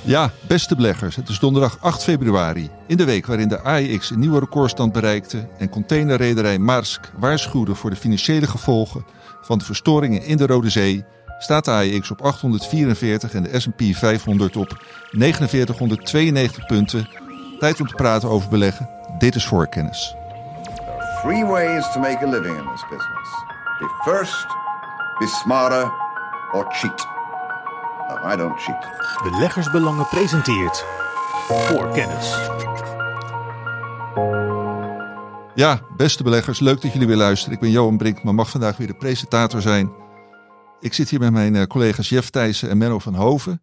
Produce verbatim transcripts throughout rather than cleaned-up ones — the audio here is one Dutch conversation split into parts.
Ja, beste beleggers, het is donderdag acht februari. In de week waarin de A E X een nieuwe recordstand bereikte en containerrederij Maersk waarschuwde voor de financiële gevolgen van de verstoringen in de Rode Zee, staat de A E X op achthonderdvierenveertig en de S en P vijfhonderd op negenenveertighonderdtweeënnegentig punten. Tijd om te praten over beleggen. Dit is Voorkennis. There are three ways to make a living in this business. Be first, be smarter, or cheat. No, I don't cheat. Beleggersbelangen presenteert Voorkennis. Ja, beste beleggers, leuk dat jullie weer luisteren. Ik ben Johan Brinkman, mag vandaag weer de presentator zijn. Ik zit hier met mijn collega's Jeff Thijssen en Menno van Hoven.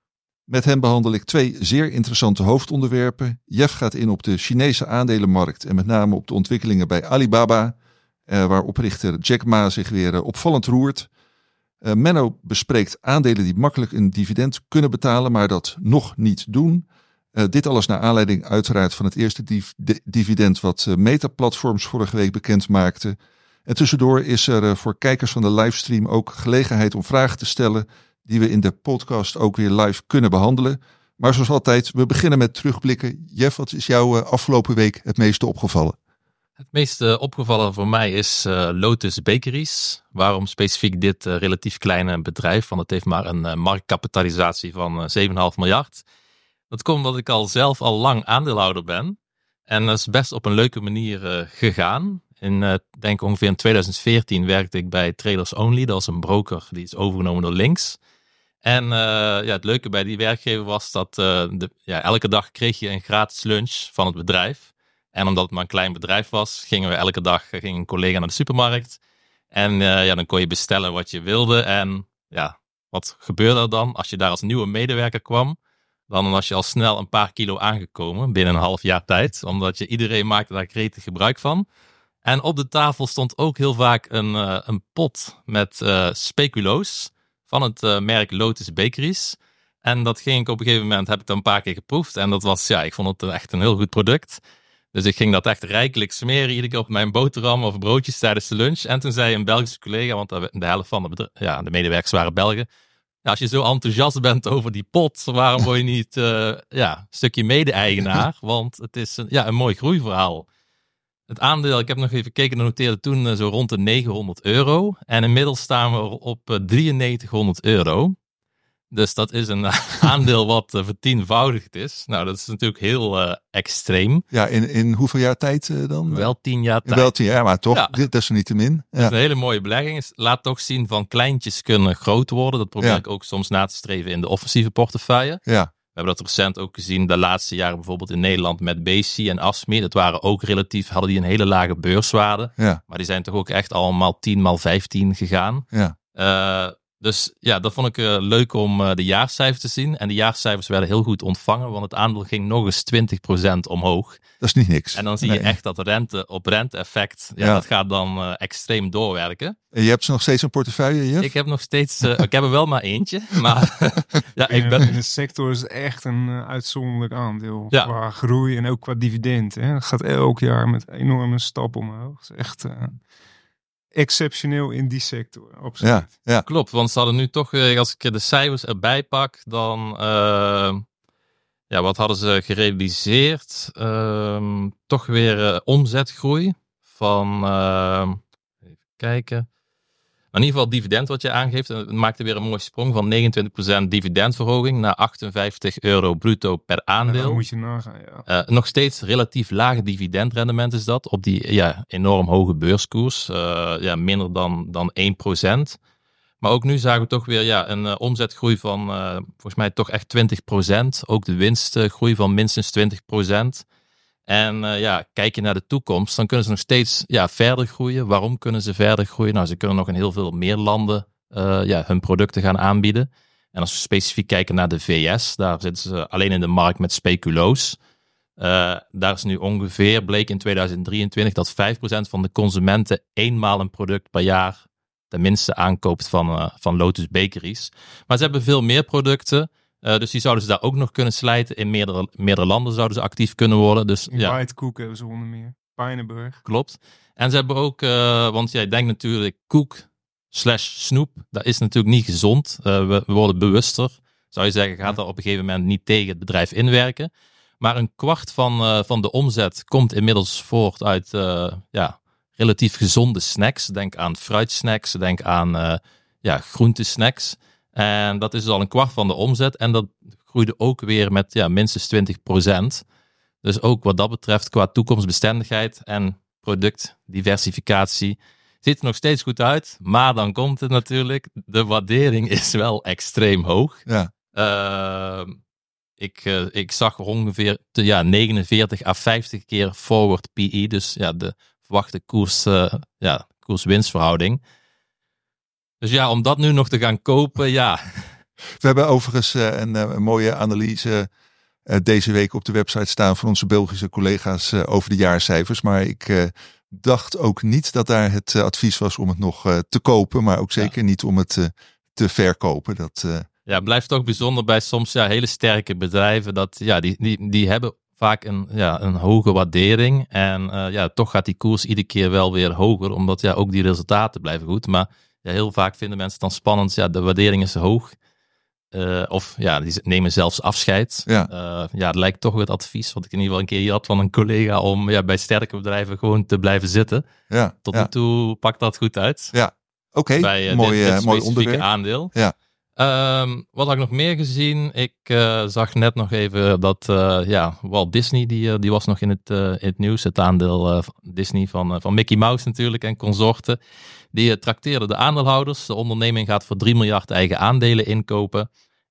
Met hen behandel ik twee zeer interessante hoofdonderwerpen. Jeff gaat in op de Chinese aandelenmarkt en met name op de ontwikkelingen bij Alibaba, eh, waar oprichter Jack Ma zich weer eh, opvallend roert. Uh, Menno bespreekt aandelen die makkelijk een dividend kunnen betalen, maar dat nog niet doen. Uh, dit alles naar aanleiding uiteraard van het eerste div- de- dividend wat uh, Meta Platforms vorige week bekend maakte. En tussendoor is er uh, voor kijkers van de livestream ook gelegenheid om vragen te stellen die we in de podcast ook weer live kunnen behandelen. Maar zoals altijd, we beginnen met terugblikken. Jeff, wat is jou uh, afgelopen week het meeste opgevallen? Het meest uh, opgevallen voor mij is uh, Lotus Bakeries. Waarom specifiek dit uh, relatief kleine bedrijf? Want het heeft maar een uh, marktkapitalisatie van uh, zeven komma vijf miljard. Dat komt omdat ik al zelf al lang aandeelhouder ben. En dat is best op een leuke manier uh, gegaan. In uh, denk ongeveer in twintig veertien werkte ik bij Traders Only. Dat was een broker die is overgenomen door Links. En uh, ja, het leuke bij die werkgever was dat uh, de, ja, elke dag kreeg je een gratis lunch van het bedrijf. En omdat het maar een klein bedrijf was, gingen we elke dag ging een collega naar de supermarkt. En uh, ja, dan kon je bestellen wat je wilde. En ja, wat gebeurde er dan? Als je daar als nieuwe medewerker kwam, dan was je al snel een paar kilo aangekomen binnen een half jaar tijd. Omdat je iedereen maakte daar gretig gebruik van. En op de tafel stond ook heel vaak een, uh, een pot met uh, speculoos van het uh, merk Lotus Bakeries. En dat ging ik op een gegeven moment, heb ik dat een paar keer geproefd. En dat was, ja, ik vond het echt een heel goed product. Dus ik ging dat echt rijkelijk smeren, iedere keer op mijn boterham of broodjes tijdens de lunch. En toen zei een Belgische collega, want de helft van de, bedrijf, ja, de medewerkers waren Belgen. Ja, als je zo enthousiast bent over die pot, waarom word je niet uh, ja, een stukje mede-eigenaar? Want het is een, ja, een mooi groeiverhaal. Het aandeel, ik heb nog even gekeken, noteerde toen uh, zo rond de negenhonderd euro. En inmiddels staan we op uh, drieënnegentighonderd euro. Dus dat is een aandeel wat uh, vertienvoudigd is. Nou, dat is natuurlijk heel uh, extreem. Ja, in, in hoeveel jaar tijd uh, dan? Wel tien jaar tijd. Wel tien jaar, maar toch, ja. Dit is er niet te min. Ja. Het is een hele mooie belegging. Het laat toch zien van kleintjes kunnen groot worden. Dat probeer ja. ik ook soms na te streven in de offensieve portefeuille. Ja. We hebben dat recent ook gezien de laatste jaren bijvoorbeeld in Nederland met B C en A S M I. Dat waren ook relatief, hadden die een hele lage beurswaarde. Ja. Maar die zijn toch ook echt allemaal tien maal vijftien gegaan. Ja. Uh, Dus ja, dat vond ik uh, leuk om uh, de jaarcijfers te zien. En de jaarcijfers werden heel goed ontvangen, want het aandeel ging nog eens twintig procent omhoog. Dat is niet niks. En dan zie nee. je echt dat rente op rente effect, ja, ja. dat gaat dan uh, extreem doorwerken. En je hebt ze nog steeds een portefeuille, Jeff? Ik heb nog steeds, uh, ik heb er wel maar eentje. Maar ja, ik ben... In de sector is echt een uh, uitzonderlijk aandeel ja. qua groei en ook qua dividend. Hè. Het gaat elk jaar met enorme stap omhoog. Het is echt... Uh... exceptioneel in die sector, absoluut. Ja, ja. Klopt, want ze hadden nu toch, als ik de cijfers erbij pak, dan, uh, ja, wat hadden ze gerealiseerd? Uh, toch weer uh, omzetgroei van, uh, even kijken, in ieder geval dividend wat je aangeeft. Het maakte weer een mooie sprong van negenentwintig procent dividendverhoging naar achtenvijftig euro bruto per aandeel. Ja, dat moet je nagaan, ja. Uh, nog steeds relatief lage dividendrendement is dat op die ja, enorm hoge beurskoers. Uh, ja, minder dan, dan één procent. Maar ook nu zagen we toch weer ja, een uh, omzetgroei van uh, volgens mij toch echt twintig procent. Ook de winstgroei van minstens twintig procent. En uh, ja, kijk je naar de toekomst, dan kunnen ze nog steeds ja, verder groeien. Waarom kunnen ze verder groeien? Nou, ze kunnen nog in heel veel meer landen uh, ja, hun producten gaan aanbieden. En als we specifiek kijken naar de V S, daar zitten ze alleen in de markt met speculoos. Uh, daar is nu ongeveer, bleek in tweeduizend drieëntwintig, dat vijf procent van de consumenten eenmaal een product per jaar tenminste aankoopt van, uh, van Lotus Bakeries. Maar ze hebben veel meer producten. Uh, dus die zouden ze daar ook nog kunnen slijten. In meerdere, meerdere landen zouden ze actief kunnen worden. Dus, in ja. White Koek hebben ze onder meer. Pijnenburg. Klopt. En ze hebben ook, uh, want jij denkt natuurlijk koek slash snoep. Dat is natuurlijk niet gezond. Uh, we, we worden bewuster. zou je zeggen, gaat er op een gegeven moment niet tegen het bedrijf inwerken. Maar een kwart van, uh, van de omzet komt inmiddels voort uit uh, ja, relatief gezonde snacks. Denk aan fruitsnacks, denk aan uh, ja, groentesnacks. En dat is dus al een kwart van de omzet. En dat groeide ook weer met ja, minstens twintig procent. Dus ook wat dat betreft qua toekomstbestendigheid en productdiversificatie ziet er nog steeds goed uit. Maar dan komt het natuurlijk, de waardering is wel extreem hoog. Ja. Uh, ik, uh, ik zag ongeveer te, ja, negenenveertig à vijftig keer forward P E. Dus ja, de verwachte koers, uh, ja, koers-winstverhouding. Dus ja, om dat nu nog te gaan kopen, ja. We hebben overigens uh, een, een mooie analyse uh, deze week op de website staan van onze Belgische collega's uh, over de jaarcijfers. Maar ik uh, dacht ook niet dat daar het uh, advies was om het nog uh, te kopen, maar ook zeker ja. niet om het uh, te verkopen. Dat, uh... Ja, het blijft toch bijzonder bij soms ja, hele sterke bedrijven. Dat, ja, die, die, die hebben vaak een, ja, een hoge waardering. En uh, ja, toch gaat die koers iedere keer wel weer hoger, omdat ja, ook die resultaten blijven goed. Maar ja, heel vaak vinden mensen het dan spannend. Ja, de waardering is hoog. Uh, of ja, die nemen zelfs afscheid. Ja. Uh, ja, het lijkt toch het advies wat ik in ieder geval een keer hier had van een collega om ja, bij sterke bedrijven gewoon te blijven zitten. Ja. Tot ja. nu toe pakt dat goed uit. Ja, oké. Bij uh, mooi, dit, dit mooi specifieke onderwerp. aandeel. Ja. Um, wat had ik nog meer gezien? Ik uh, zag net nog even dat uh, ja, Walt Disney, die, uh, die was nog in het, uh, in het nieuws. Het aandeel uh, Disney van, uh, van Mickey Mouse natuurlijk en consorten. Die uh, trakteerde de aandeelhouders. De onderneming gaat voor drie miljard eigen aandelen inkopen.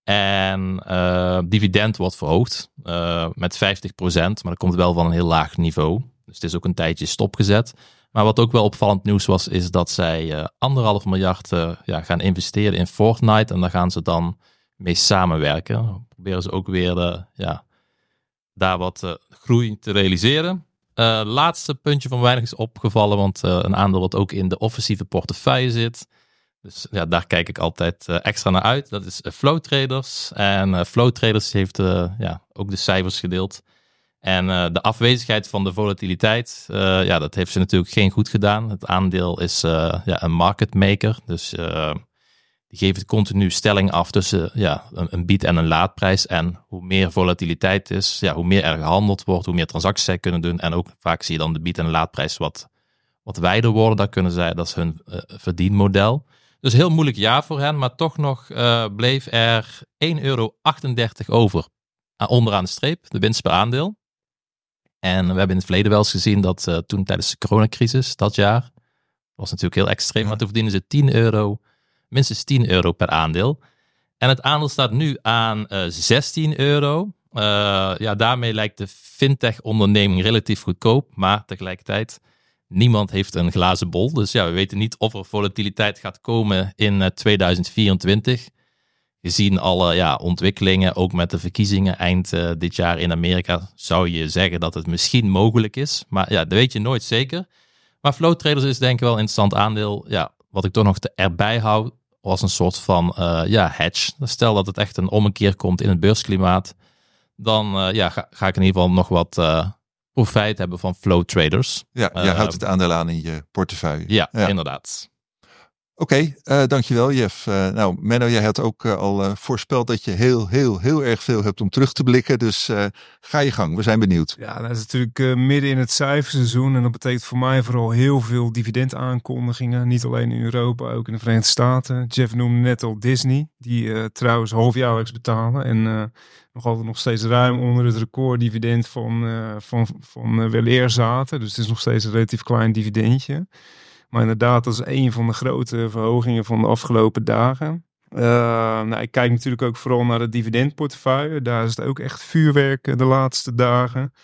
En uh, dividend wordt verhoogd uh, met vijftig procent. Maar dat komt wel van een heel laag niveau. Dus het is ook een tijdje stopgezet. Maar wat ook wel opvallend nieuws was, is dat zij uh, anderhalf miljard uh, ja, gaan investeren in Fortnite. En daar gaan ze dan mee samenwerken. Dan proberen ze ook weer uh, ja, daar wat uh, groei te realiseren. Uh, laatste puntje van weinig is opgevallen, want uh, een aandeel wat ook in de offensieve portefeuille zit. Dus ja, daar kijk ik altijd uh, extra naar uit. Dat is uh, Flow Traders. En uh, Flow Traders heeft uh, ja, ook de cijfers gedeeld. En uh, de afwezigheid van de volatiliteit, uh, ja, dat heeft ze natuurlijk geen goed gedaan. Het aandeel is uh, ja, een market maker. Dus uh, die geeft continu stelling af tussen ja, een, een bied- en een laadprijs. En hoe meer volatiliteit is, ja, hoe meer er gehandeld wordt, hoe meer transacties zij kunnen doen. En ook vaak zie je dan de bied- en laadprijs wat, wat wijder worden. Dat kunnen zij, dat is hun uh, verdienmodel. Dus heel moeilijk jaar voor hen, maar toch nog uh, bleef er één euro achtendertig over uh, onderaan de streep, de winst per aandeel. En we hebben in het verleden wel eens gezien dat uh, toen tijdens de coronacrisis dat jaar, was natuurlijk heel extreem, maar toen verdienen ze tien euro, minstens tien euro per aandeel. En het aandeel staat nu aan uh, zestien euro. Uh, ja, daarmee lijkt de fintech-onderneming relatief goedkoop, maar tegelijkertijd, niemand heeft een glazen bol. Dus ja, we weten niet of er volatiliteit gaat komen in uh, tweeduizend vierentwintig. Gezien alle ja, ontwikkelingen, ook met de verkiezingen eind uh, dit jaar in Amerika, zou je zeggen dat het misschien mogelijk is. Maar ja, dat weet je nooit zeker. Maar Flow Traders is denk ik wel een interessant aandeel. Ja, wat ik toch nog te erbij hou, was een soort van uh, ja, hedge. Stel dat het echt een ommekeer komt in het beursklimaat, dan uh, ja, ga, ga ik in ieder geval nog wat uh, profijt hebben van Flow Traders. Ja, je uh, houdt het aandeel aan in je portefeuille. Ja, ja. inderdaad. Oké, okay, uh, dankjewel Jeff. Uh, nou Menno, jij had ook uh, al uh, voorspeld dat je heel, heel, heel erg veel hebt om terug te blikken. Dus uh, ga je gang, we zijn benieuwd. Ja, dat is natuurlijk uh, midden in het cijferseizoen. En dat betekent voor mij vooral heel veel dividendaankondigingen. Niet alleen in Europa, ook in de Verenigde Staten. Jeff noemde net al Disney, die uh, trouwens halfjaarlijks betalen. En uh, nog altijd nog steeds ruim onder het recorddividend van, uh, van, van uh, weleer zaten. Dus het is nog steeds een relatief klein dividendje. Maar inderdaad, dat is een van de grote verhogingen van de afgelopen dagen. Uh, nou, ik kijk natuurlijk ook vooral naar de dividendportefeuille. Daar is het ook echt vuurwerk de laatste dagen.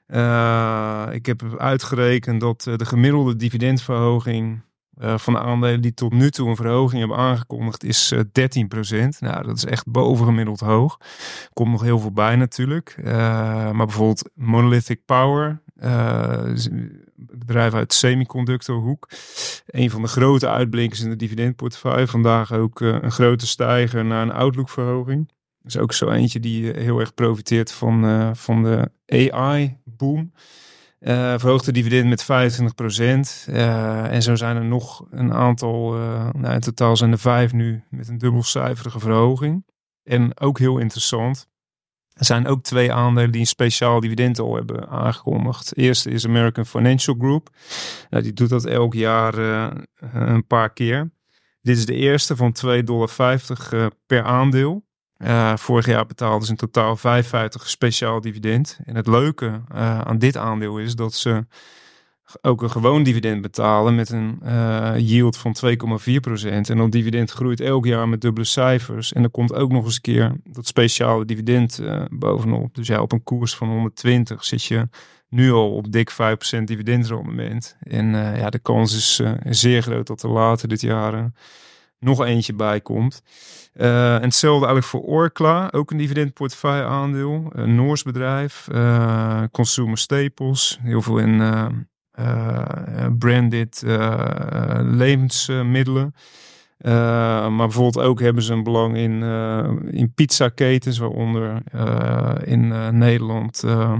Uh, ik heb uitgerekend dat de gemiddelde dividendverhoging uh, van de aandelen die tot nu toe een verhoging hebben aangekondigd is uh, dertien procent. Nou, dat is echt bovengemiddeld hoog. Komt nog heel veel bij natuurlijk. Uh, maar bijvoorbeeld Monolithic Power, uh, bedrijf uit de semiconductorhoek. Een van de grote uitblinkers in de dividendportefeuille. Vandaag ook uh, een grote stijger naar een outlookverhoging. Dat is ook zo eentje die heel erg profiteert van, uh, van de A I-boom. Uh, verhoogt de dividend met vijfentwintig procent. Uh, en zo zijn er nog een aantal, uh, nou in totaal zijn er vijf nu met een dubbelcijferige verhoging. En ook heel interessant, er zijn ook twee aandelen die een speciaal dividend al hebben aangekondigd. De eerste is American Financial Group. Nou, die doet dat elk jaar uh, een paar keer. Dit is de eerste van twee dollar vijftig uh, per aandeel. Uh, vorig jaar betaalden ze in totaal vijfenvijftig speciaal dividend. En het leuke uh, aan dit aandeel is dat ze ook een gewoon dividend betalen met een uh, yield van twee komma vier procent. En dat dividend groeit elk jaar met dubbele cijfers. En er komt ook nog eens een keer dat speciale dividend uh, bovenop. Dus ja, op een koers van honderdtwintig zit je nu al op dik vijf procent dividendrendement. En uh, ja, de kans is uh, zeer groot dat er later dit jaar uh, nog eentje bij komt. Uh, en hetzelfde eigenlijk voor Orkla, ook een dividendportefeuille aandeel. Een Noors bedrijf, uh, consumer staples, heel veel in uh, uh, branded uh, levensmiddelen. Uh, maar bijvoorbeeld ook hebben ze een belang in, uh, in pizzaketens, waaronder uh, in uh, Nederland uh,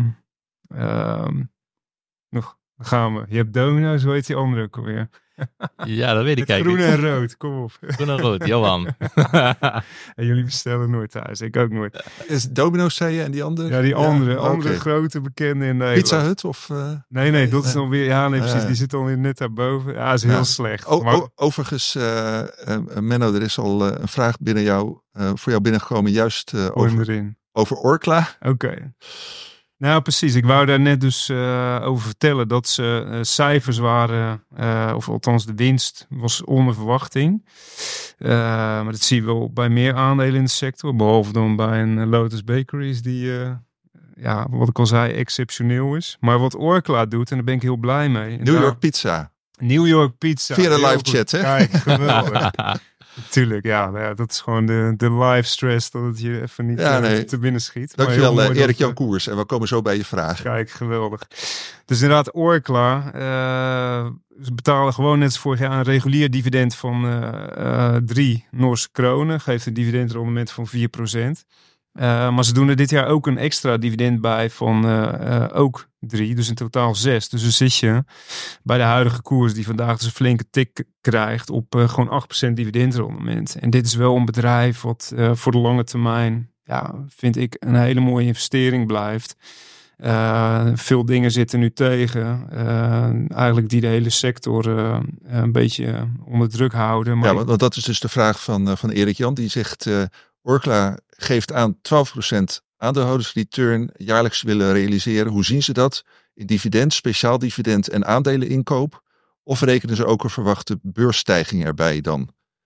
uh, nog gaan we. Je hebt Domino's, hoe heet die andere ook alweer? Ja, dat weet ik eigenlijk. Groen en rood, kom op. Groen en rood, Johan. En jullie bestellen nooit thuis, ik ook nooit. Is Domino's, zei je, en die andere? Ja, die andere, ja, andere okay. grote bekende in Nederland. Pizza Hut of? Uh... Nee, nee, dat is dan weer, ja, nee, precies, Uh, die zit dan net daarboven. Ja, is heel ja. slecht. O, maar... o, overigens, uh, uh, Menno, er is al uh, een vraag binnen jou, uh, voor jou binnengekomen, juist uh, over, over Orkla. Oké. Okay. Nou, precies. Ik wou daar net dus uh, over vertellen dat ze uh, cijfers waren, uh, of althans de winst was onder verwachting. Uh, maar dat zie je wel bij meer aandelen in de sector, behalve dan bij een Lotus Bakeries die, uh, ja, wat ik al zei, exceptioneel is. Maar wat Orkla doet, en daar ben ik heel blij mee. New York Pizza. New York Pizza. Via de live chat, hè? Kijk, geweldig. Tuurlijk, ja, nou ja, dat is gewoon de, de live stress dat het je even niet ja, uh, nee. te binnen schiet. Dankjewel uh, Erik Jan Koers en we komen zo bij je vragen. Kijk, geweldig. Dus inderdaad Orkla, uh, ze betalen gewoon net als vorig jaar een regulier dividend van uh, uh, drie Noorse kronen, geeft een dividendrendement van vier procent. Uh, maar ze doen er dit jaar ook een extra dividend bij van uh, uh, ook drie, dus in totaal zes. Dus dan zit je bij de huidige koers die vandaag dus een flinke tik krijgt op uh, gewoon acht procent dividendrendement. En dit is wel een bedrijf wat uh, voor de lange termijn, ja, vind ik, een hele mooie investering blijft. Uh, veel dingen zitten nu tegen, uh, eigenlijk die de hele sector uh, een beetje onder druk houden. Maar ja, want, want dat is dus de vraag van, uh, van Erik Jan, die zegt uh, Orkla geeft aan twaalf procent aandeelhoudersreturn jaarlijks willen realiseren. Hoe zien ze dat? In dividend, speciaal dividend en aandeleninkoop? Of rekenen ze ook een verwachte beursstijging erbij dan?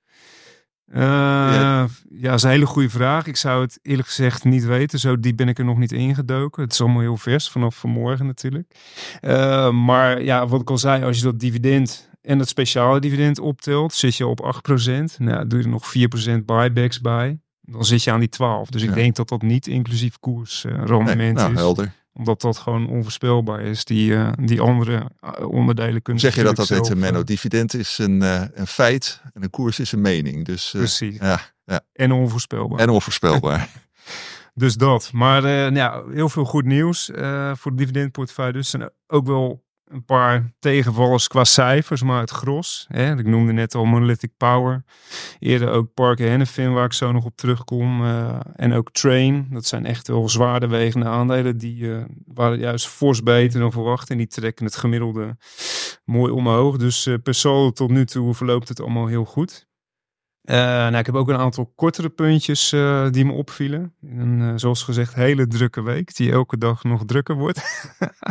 Uh, ja. ja, dat is een hele goede vraag. Ik zou het eerlijk gezegd niet weten. Zo diep ben ik er nog niet ingedoken. Het is allemaal heel vers, vanaf vanmorgen natuurlijk. Uh, maar ja, wat ik al zei, als je dat dividend en dat speciale dividend optelt, zit je op acht procent. Nou, doe je er nog vier procent buybacks bij. Dan zit je aan die twaalf. Dus ik ja. denk dat dat niet inclusief koersrendement uh, nee, nou, is. Helder. Omdat dat gewoon onvoorspelbaar is. Die, uh, die andere onderdelen kunnen... Zeg je dat dat zelf, heet, Menno? Dividend is een, uh, een feit en een koers is een mening. Dus, uh, precies. Ja, ja. En onvoorspelbaar. En onvoorspelbaar. Dus dat. Maar uh, nou ja, heel veel goed nieuws uh, voor de dividendportefeuille. Dus er zijn ook wel een paar tegenvallers qua cijfers, maar het gros. Hè, ik noemde net al Monolithic Power. Eerder ook Parker Hannifin, waar ik zo nog op terugkom. Uh, en ook Train. Dat zijn echt wel zwaarder wegende aandelen. Die uh, waren juist fors beter dan verwacht. En die trekken het gemiddelde mooi omhoog. Dus uh, per saldo tot nu toe verloopt het allemaal heel goed. Uh, nou, ik heb ook een aantal kortere puntjes uh, die me opvielen. Een, uh, zoals gezegd, hele drukke week, die elke dag nog drukker wordt.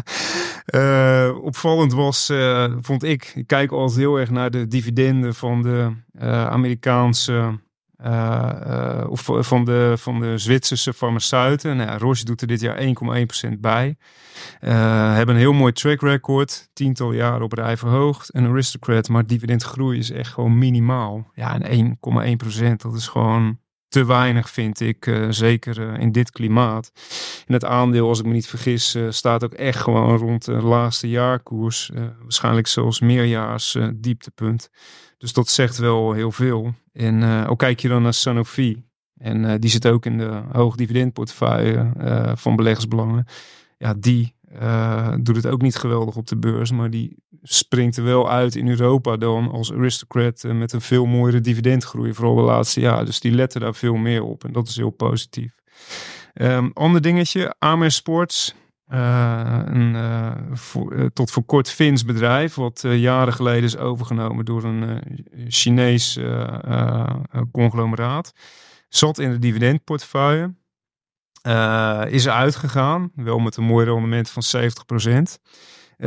uh, opvallend was, uh, vond ik, ik kijk altijd heel erg naar de dividenden van de uh, Amerikaanse, uh, uh, of van de, van de Zwitserse farmaceuten. Nou, Roche doet er dit jaar één komma één procent bij. Uh, hebben een heel mooi track record. Tiental jaren op rij verhoogd. Een Aristocrat, maar dividendgroei is echt gewoon minimaal. Ja, en één komma één procent, dat is gewoon te weinig, vind ik. Uh, zeker uh, in dit klimaat. En het aandeel, als ik me niet vergis, uh, staat ook echt gewoon rond de laatste jaarkoers. Uh, waarschijnlijk zelfs meerjaars uh, dieptepunt. Dus dat zegt wel heel veel. En uh, ook kijk je dan naar Sanofi. En uh, die zit ook in de hoog dividendportefeuille uh, van beleggersbelangen. Ja, die uh, doet het ook niet geweldig op de beurs. Maar die springt er wel uit in Europa dan als aristocrat uh, met een veel mooiere dividendgroei. Vooral de laatste jaar. Dus die letten daar veel meer op. En dat is heel positief. Um, ander dingetje, Amer Sports. Uh, een uh, voor, uh, tot voor kort Fins bedrijf. Wat uh, jaren geleden is overgenomen door een uh, Chinees uh, uh, conglomeraat. Zat in de dividendportefeuille. Uh, is er uitgegaan. Wel met een mooi rendement van zeventig procent. Uh,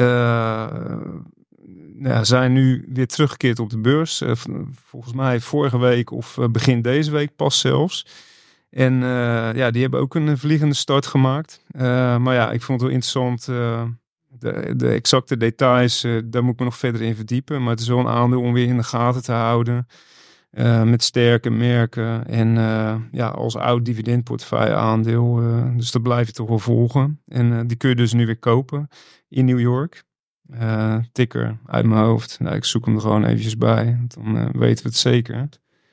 ja, zijn nu weer teruggekeerd op de beurs. Uh, volgens mij vorige week of uh, begin deze week pas zelfs. En uh, ja, die hebben ook een vliegende start gemaakt. Uh, maar ja, ik vond het wel interessant. Uh, de, de exacte details, uh, daar moet ik me nog verder in verdiepen. Maar het is wel een aandeel om weer in de gaten te houden. Uh, met sterke merken. En uh, ja, als oud dividendportefeuille aandeel. Uh, dus dat blijf je toch wel volgen. En uh, die kun je dus nu weer kopen in New York. Uh, ticker uit mijn hoofd. Nou, ik zoek hem er gewoon eventjes bij. Dan uh, weten we het zeker.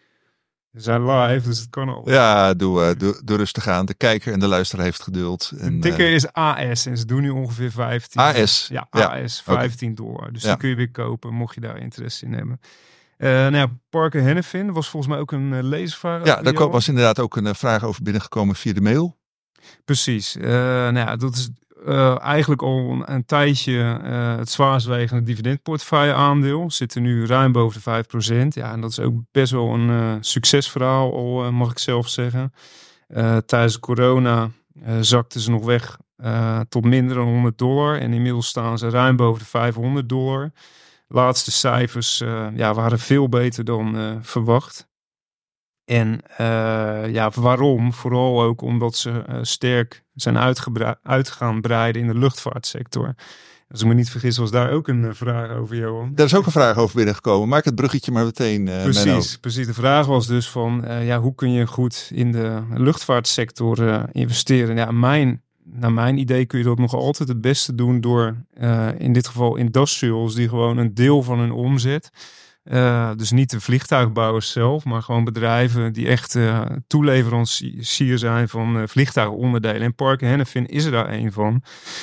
We zijn live, dus het kan al. Ja, doe, uh, doe, doe rustig aan. De kijker en de luisteraar heeft geduld. En, de ticker uh, is A S en ze doen nu ongeveer vijftien. A S? Ja, A S, ja. vijftien okay. dollar. Dus ja. Die kun je weer kopen, mocht je daar interesse in hebben. Uh, nou ja, Parker Hannifin was volgens mij ook een uh, lezersvraag. Ja, daar was inderdaad ook een uh, vraag over binnengekomen via de mail. Precies. Uh, nou ja, dat is uh, eigenlijk al een, een tijdje uh, het zwaarstwegende dividendportefeuille aandeel. Zit er nu ruim boven de vijf procent. Ja, en dat is ook best wel een uh, succesverhaal, al uh, mag ik zelf zeggen. Uh, tijdens de corona uh, zakten ze nog weg uh, tot minder dan honderd dollar. En inmiddels staan ze ruim boven de vijfhonderd dollar. Laatste cijfers uh, ja, waren veel beter dan uh, verwacht. En uh, ja, waarom? Vooral ook omdat ze uh, sterk zijn uitgebra- uit gaan breiden in de luchtvaartsector. Als ik me niet vergis, was daar ook een uh, vraag over, Johan. Daar is ook een vraag over binnengekomen. Maak het bruggetje maar meteen. Uh, precies, precies. De vraag was dus van, uh, ja, hoe kun je goed in de luchtvaartsector uh, investeren? Ja, mijn... Naar mijn idee kun je dat nog altijd het beste doen door uh, in dit geval industrials die gewoon een deel van hun omzet. Uh, dus niet de vliegtuigbouwers zelf, maar gewoon bedrijven die echt uh, toeleverancier zijn van uh, vliegtuigonderdelen. En Parker Hannifin is er daar een van.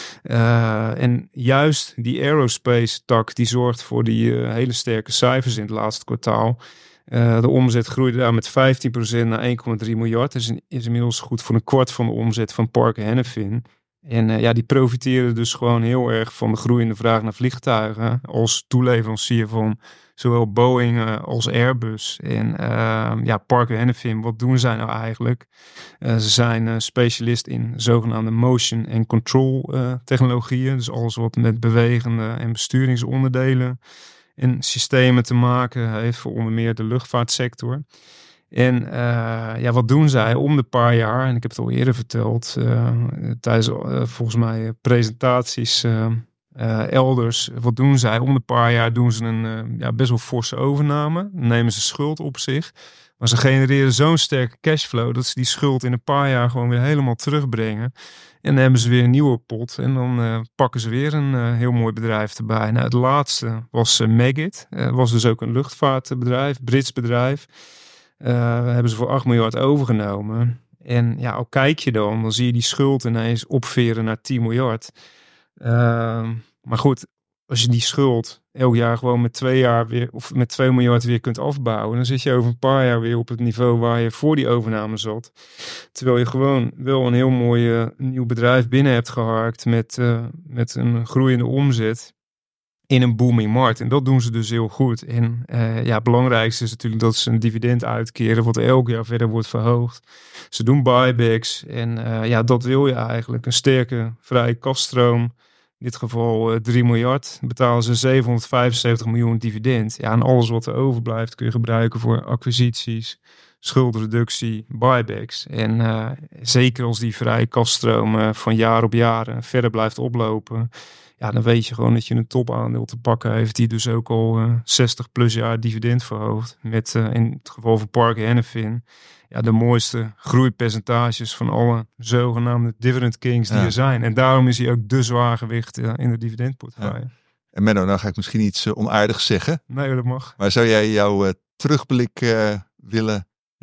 Uh, en juist die aerospace tak die zorgt voor die uh, hele sterke cijfers in het laatste kwartaal. Uh, de omzet groeide daar met vijftien procent naar één komma drie miljard. Dat is, is inmiddels goed voor een kwart van de omzet van Parker Hannifin. En uh, ja, die profiteren dus gewoon heel erg van de groeiende vraag naar vliegtuigen. Als toeleverancier van zowel Boeing uh, als Airbus. En uh, ja, Parker Hannifin, wat doen zij nou eigenlijk? Uh, ze zijn uh, specialist in zogenaamde motion en control uh, technologieën. Dus alles wat met bewegende en besturingsonderdelen en systemen te maken heeft voor onder meer de luchtvaartsector. En uh, ja, wat doen zij om de paar jaar, en ik heb het al eerder verteld, uh, tijdens uh, volgens mij uh, presentaties uh, uh, elders, wat doen zij? Om de paar jaar doen ze een uh, ja, best wel forse overname, dan nemen ze schuld op zich, maar ze genereren zo'n sterke cashflow dat ze die schuld in een paar jaar gewoon weer helemaal terugbrengen. En dan hebben ze weer een nieuwe pot. En dan uh, pakken ze weer een uh, heel mooi bedrijf erbij. Nou, het laatste was uh, Meggitt. Uh, was dus ook een luchtvaartbedrijf, Brits bedrijf. Uh, hebben ze voor acht miljard overgenomen. En ja, al kijk je dan, dan zie je die schuld ineens opveren naar tien miljard. Uh, maar goed, als je die schuld elk jaar gewoon met twee jaar weer of met twee miljard weer kunt afbouwen, dan zit je over een paar jaar weer op het niveau waar je voor die overname zat. Terwijl je gewoon wel een heel mooi uh, nieuw bedrijf binnen hebt geharkt met, uh, met een groeiende omzet in een booming markt. En dat doen ze dus heel goed. En uh, ja, het belangrijkste is natuurlijk dat ze een dividend uitkeren, wat elk jaar verder wordt verhoogd. Ze doen buybacks en uh, ja, dat wil je eigenlijk. Een sterke vrije kaststroom. In dit geval uh, drie miljard. Betalen ze zevenhonderdvijfenzeventig miljoen dividend. Ja, en alles wat er overblijft kun je gebruiken voor acquisities, schuldreductie, buybacks. En uh, zeker als die vrije kaststroom uh, van jaar op jaar uh, verder blijft oplopen, ja, dan weet je gewoon dat je een topaandeel te pakken heeft die dus ook al uh, zestig plus jaar dividend verhoogt. Met uh, in het geval van Parker Hannifin ja, de mooiste groeipercentages van alle zogenaamde dividend kings die ja. er zijn. En daarom is hij ook de zwaargewicht uh, in de dividendportefeuille. Ja. En Menno, nou ga ik misschien iets uh, onaardigs zeggen. Nee, dat mag. Maar zou jij jouw uh, terugblik uh, willen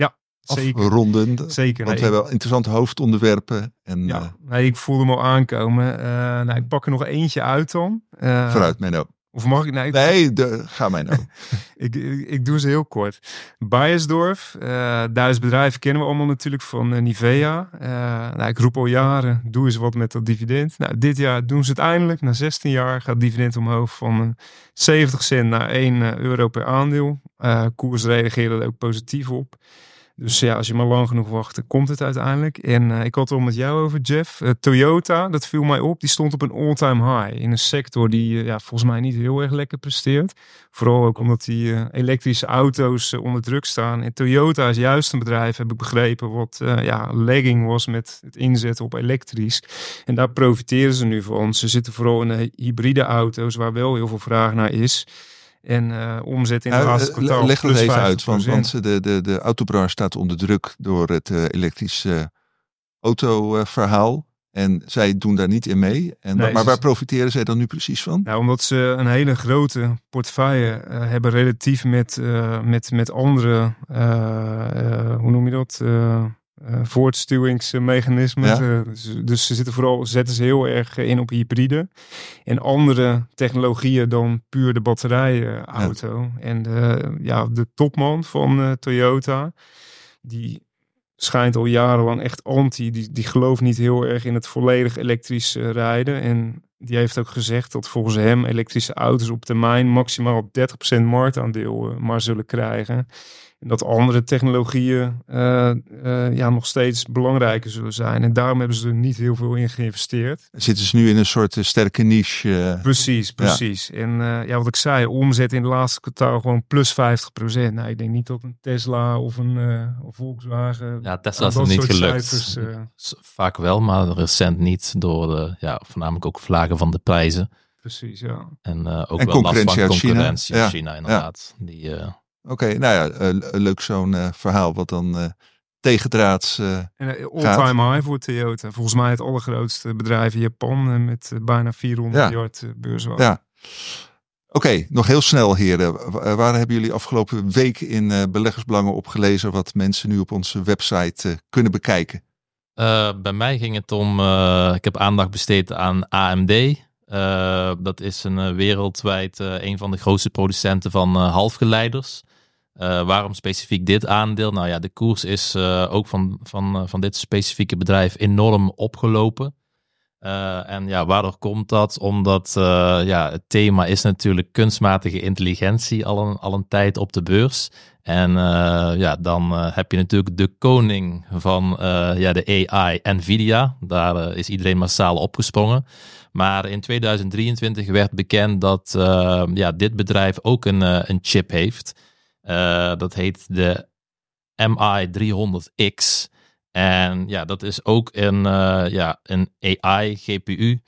afronden. Zeker. Zeker Want nee. we hebben interessante hoofdonderwerpen. En, ja, uh, nee, ik voelde hem al aankomen. Uh, nou, ik pak er nog eentje uit dan. Uh, vooruit, Menno. Of mag ik? Nee, nee de, ga mij nou. ik, ik, ik doe ze heel kort. Beiersdorf, uh, Duits bedrijf kennen we allemaal natuurlijk van uh, Nivea. Uh, nou, ik roep al jaren, doe eens wat met dat dividend. Nou, dit jaar doen ze het eindelijk. Na zestien jaar gaat het dividend omhoog van uh, zeventig cent naar één euro per aandeel. Uh, koers reageerde er ook positief op. Dus ja, als je maar lang genoeg wacht, komt het uiteindelijk. En uh, ik had het al met jou over, Jeff. Uh, Toyota, dat viel mij op, die stond op een all-time high. In een sector die uh, ja, volgens mij niet heel erg lekker presteert. Vooral ook omdat die uh, elektrische auto's uh, onder druk staan. En Toyota is juist een bedrijf, heb ik begrepen, wat uh, ja, lagging was met het inzetten op elektrisch. En daar profiteren ze nu van. Ze zitten vooral in de hybride auto's, waar wel heel veel vraag naar is. En uh, omzet in het nou, laatste kwartaal. Leg het even uit, want, want de, de, de autobranche staat onder druk door het uh, elektrische uh, autoverhaal. Uh, en zij doen daar niet in mee. En, nee, maar waar profiteren zij dan nu precies van? Nou, omdat ze een hele grote portefeuille uh, hebben relatief met, uh, met, met andere, uh, uh, hoe noem je dat? Uh, Uh, voortstuwingsmechanismen. Ja. Uh, dus, dus ze zitten vooral, zetten ze heel erg in op hybride. En andere technologieën dan puur de batterijauto. Ja. En de, ja, de topman van uh, Toyota, die schijnt al jarenlang echt anti. Die, die gelooft niet heel erg in het volledig elektrisch uh, rijden. En die heeft ook gezegd dat volgens hem elektrische auto's op termijn maximaal dertig procent marktaandeel uh, maar zullen krijgen. En dat andere technologieën uh, uh, ja, nog steeds belangrijker zullen zijn. En daarom hebben ze er niet heel veel in geïnvesteerd. Zitten ze nu in een soort uh, sterke niche? Uh, precies, precies. Ja. En uh, ja, wat ik zei, omzet in het laatste kwartaal gewoon plus vijftig procent. Nou, ik denk niet dat een Tesla of een uh, Volkswagen... Ja, Tesla is het niet gelukt. Cijfers, uh, Vaak wel, maar recent niet. Door de, ja, voornamelijk ook vlagen van de prijzen. Precies, ja. En uh, ook en wel last van uit concurrentie China. uit China, inderdaad. Ja. Die... Uh, Oké, okay, nou ja, uh, leuk zo'n uh, verhaal wat dan uh, tegendraads uh, En uh, all-time high voor Toyota. Volgens mij het allergrootste bedrijf in Japan uh, met uh, bijna vierhonderd ja. miljard uh, beurswaarde. Ja. Oké, okay, nog heel snel heren. W- waar hebben jullie afgelopen week in uh, beleggersbelangen opgelezen wat mensen nu op onze website uh, kunnen bekijken? Uh, bij mij ging het om, uh, ik heb aandacht besteed aan A M D. Uh, dat is een uh, wereldwijd uh, een van de grootste producenten van uh, halfgeleiders. Uh, waarom specifiek dit aandeel? Nou ja, de koers is uh, ook van, van, uh, van dit specifieke bedrijf enorm opgelopen. Uh, en ja, waardoor komt dat? Omdat uh, ja, het thema is natuurlijk kunstmatige intelligentie al een, al een tijd op de beurs. En uh, ja, dan uh, heb je natuurlijk de koning van uh, ja, de A I, Nvidia. Daar uh, is iedereen massaal opgesprongen. Maar in tweeduizend drieëntwintig werd bekend dat uh, ja, dit bedrijf ook een, uh, een chip heeft. Uh, dat heet de M I driehonderd X. En ja, dat is ook een, uh, ja, een A I G P U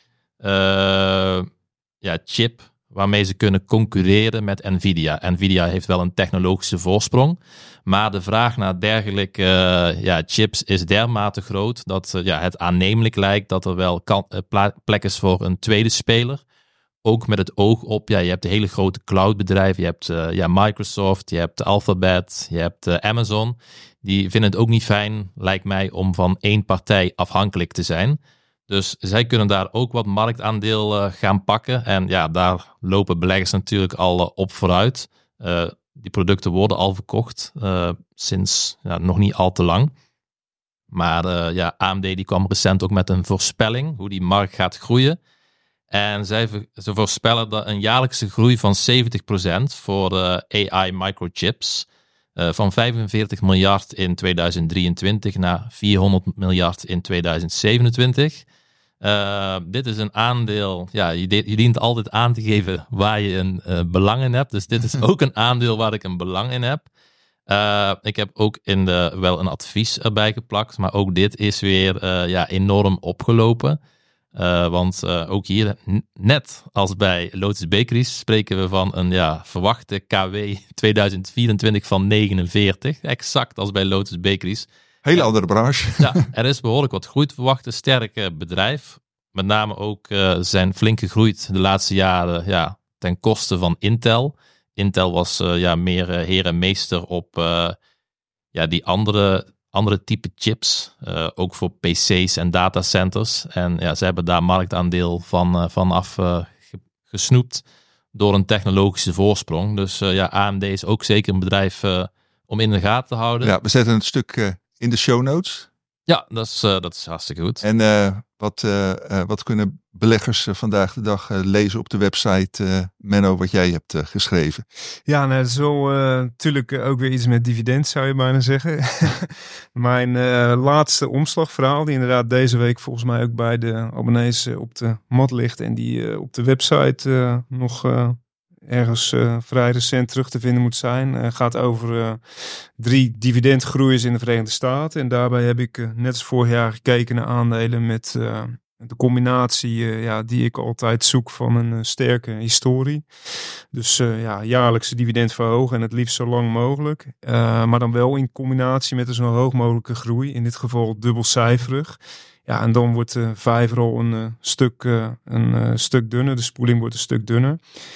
uh, ja, chip waarmee ze kunnen concurreren met Nvidia. Nvidia heeft wel een technologische voorsprong, maar de vraag naar dergelijke uh, ja, chips is dermate groot dat uh, ja, het aannemelijk lijkt dat er wel kan, uh, pla- plek is voor een tweede speler. Ook met het oog op, ja, je hebt de hele grote cloudbedrijven, je hebt uh, ja, Microsoft, je hebt Alphabet, je hebt uh, Amazon. Die vinden het ook niet fijn, lijkt mij, om van één partij afhankelijk te zijn. Dus zij kunnen daar ook wat marktaandeel uh, gaan pakken. En ja, daar lopen beleggers natuurlijk al uh, op vooruit. Uh, die producten worden al verkocht uh, sinds ja, nog niet al te lang. Maar uh, ja, A M D die kwam recent ook met een voorspelling hoe die markt gaat groeien. En zij, ze voorspellen dat een jaarlijkse groei van zeventig procent voor uh, A I microchips. Uh, van vijfenveertig miljard in tweeduizend drieëntwintig naar vierhonderd miljard in tweeduizend zevenentwintig. Uh, dit is een aandeel, ja, je, de, je dient altijd aan te geven waar je een uh, belang in hebt. Dus dit is ook een aandeel waar ik een belang in heb. Uh, ik heb ook in de, wel een advies erbij geplakt, maar ook dit is weer uh, ja, enorm opgelopen. Uh, want uh, ook hier, n- net als bij Lotus Bakeries, spreken we van een ja, verwachte K W tweeduizend vierentwintig van negenenveertig. Exact als bij Lotus Bakeries. Hele andere branche. Ja, er is behoorlijk wat groei te verwachten. Sterke bedrijf. Met name ook uh, zijn flink gegroeid de laatste jaren ja, ten koste van Intel. Intel was uh, ja, meer uh, heer en meester op uh, ja, die andere, andere type chips, uh, ook voor P C's en datacenters. En ja, ze hebben daar marktaandeel van, uh, vanaf uh, gesnoept door een technologische voorsprong. Dus uh, ja, A M D is ook zeker een bedrijf uh, om in de gaten te houden. Ja, we zetten een stuk uh, in de show notes. Ja, dat is, uh, dat is hartstikke goed. En uh, wat, uh, uh, wat kunnen beleggers uh, vandaag de dag uh, lezen op de website, uh, Menno, wat jij hebt uh, geschreven? Ja, nou, dat is wel uh, natuurlijk uh, ook weer iets met dividend, zou je bijna zeggen. Mijn uh, laatste omslagverhaal, die inderdaad deze week volgens mij ook bij de abonnees uh, op de mat ligt en die uh, op de website uh, nog... Uh, ergens uh, vrij recent terug te vinden moet zijn. Uh, gaat over uh, drie dividendgroeiers in de Verenigde Staten. En daarbij heb ik uh, net als vorig jaar gekeken naar aandelen met uh, de combinatie uh, ja, die ik altijd zoek van een uh, sterke historie. Dus uh, ja, jaarlijkse dividend verhogen en het liefst zo lang mogelijk. Uh, maar dan wel in combinatie met een zo hoog mogelijke groei. In dit geval dubbelcijferig. Ja, en dan wordt de vijver al een uh, stuk, uh, een uh, stuk dunner. De spoeling wordt een stuk dunner.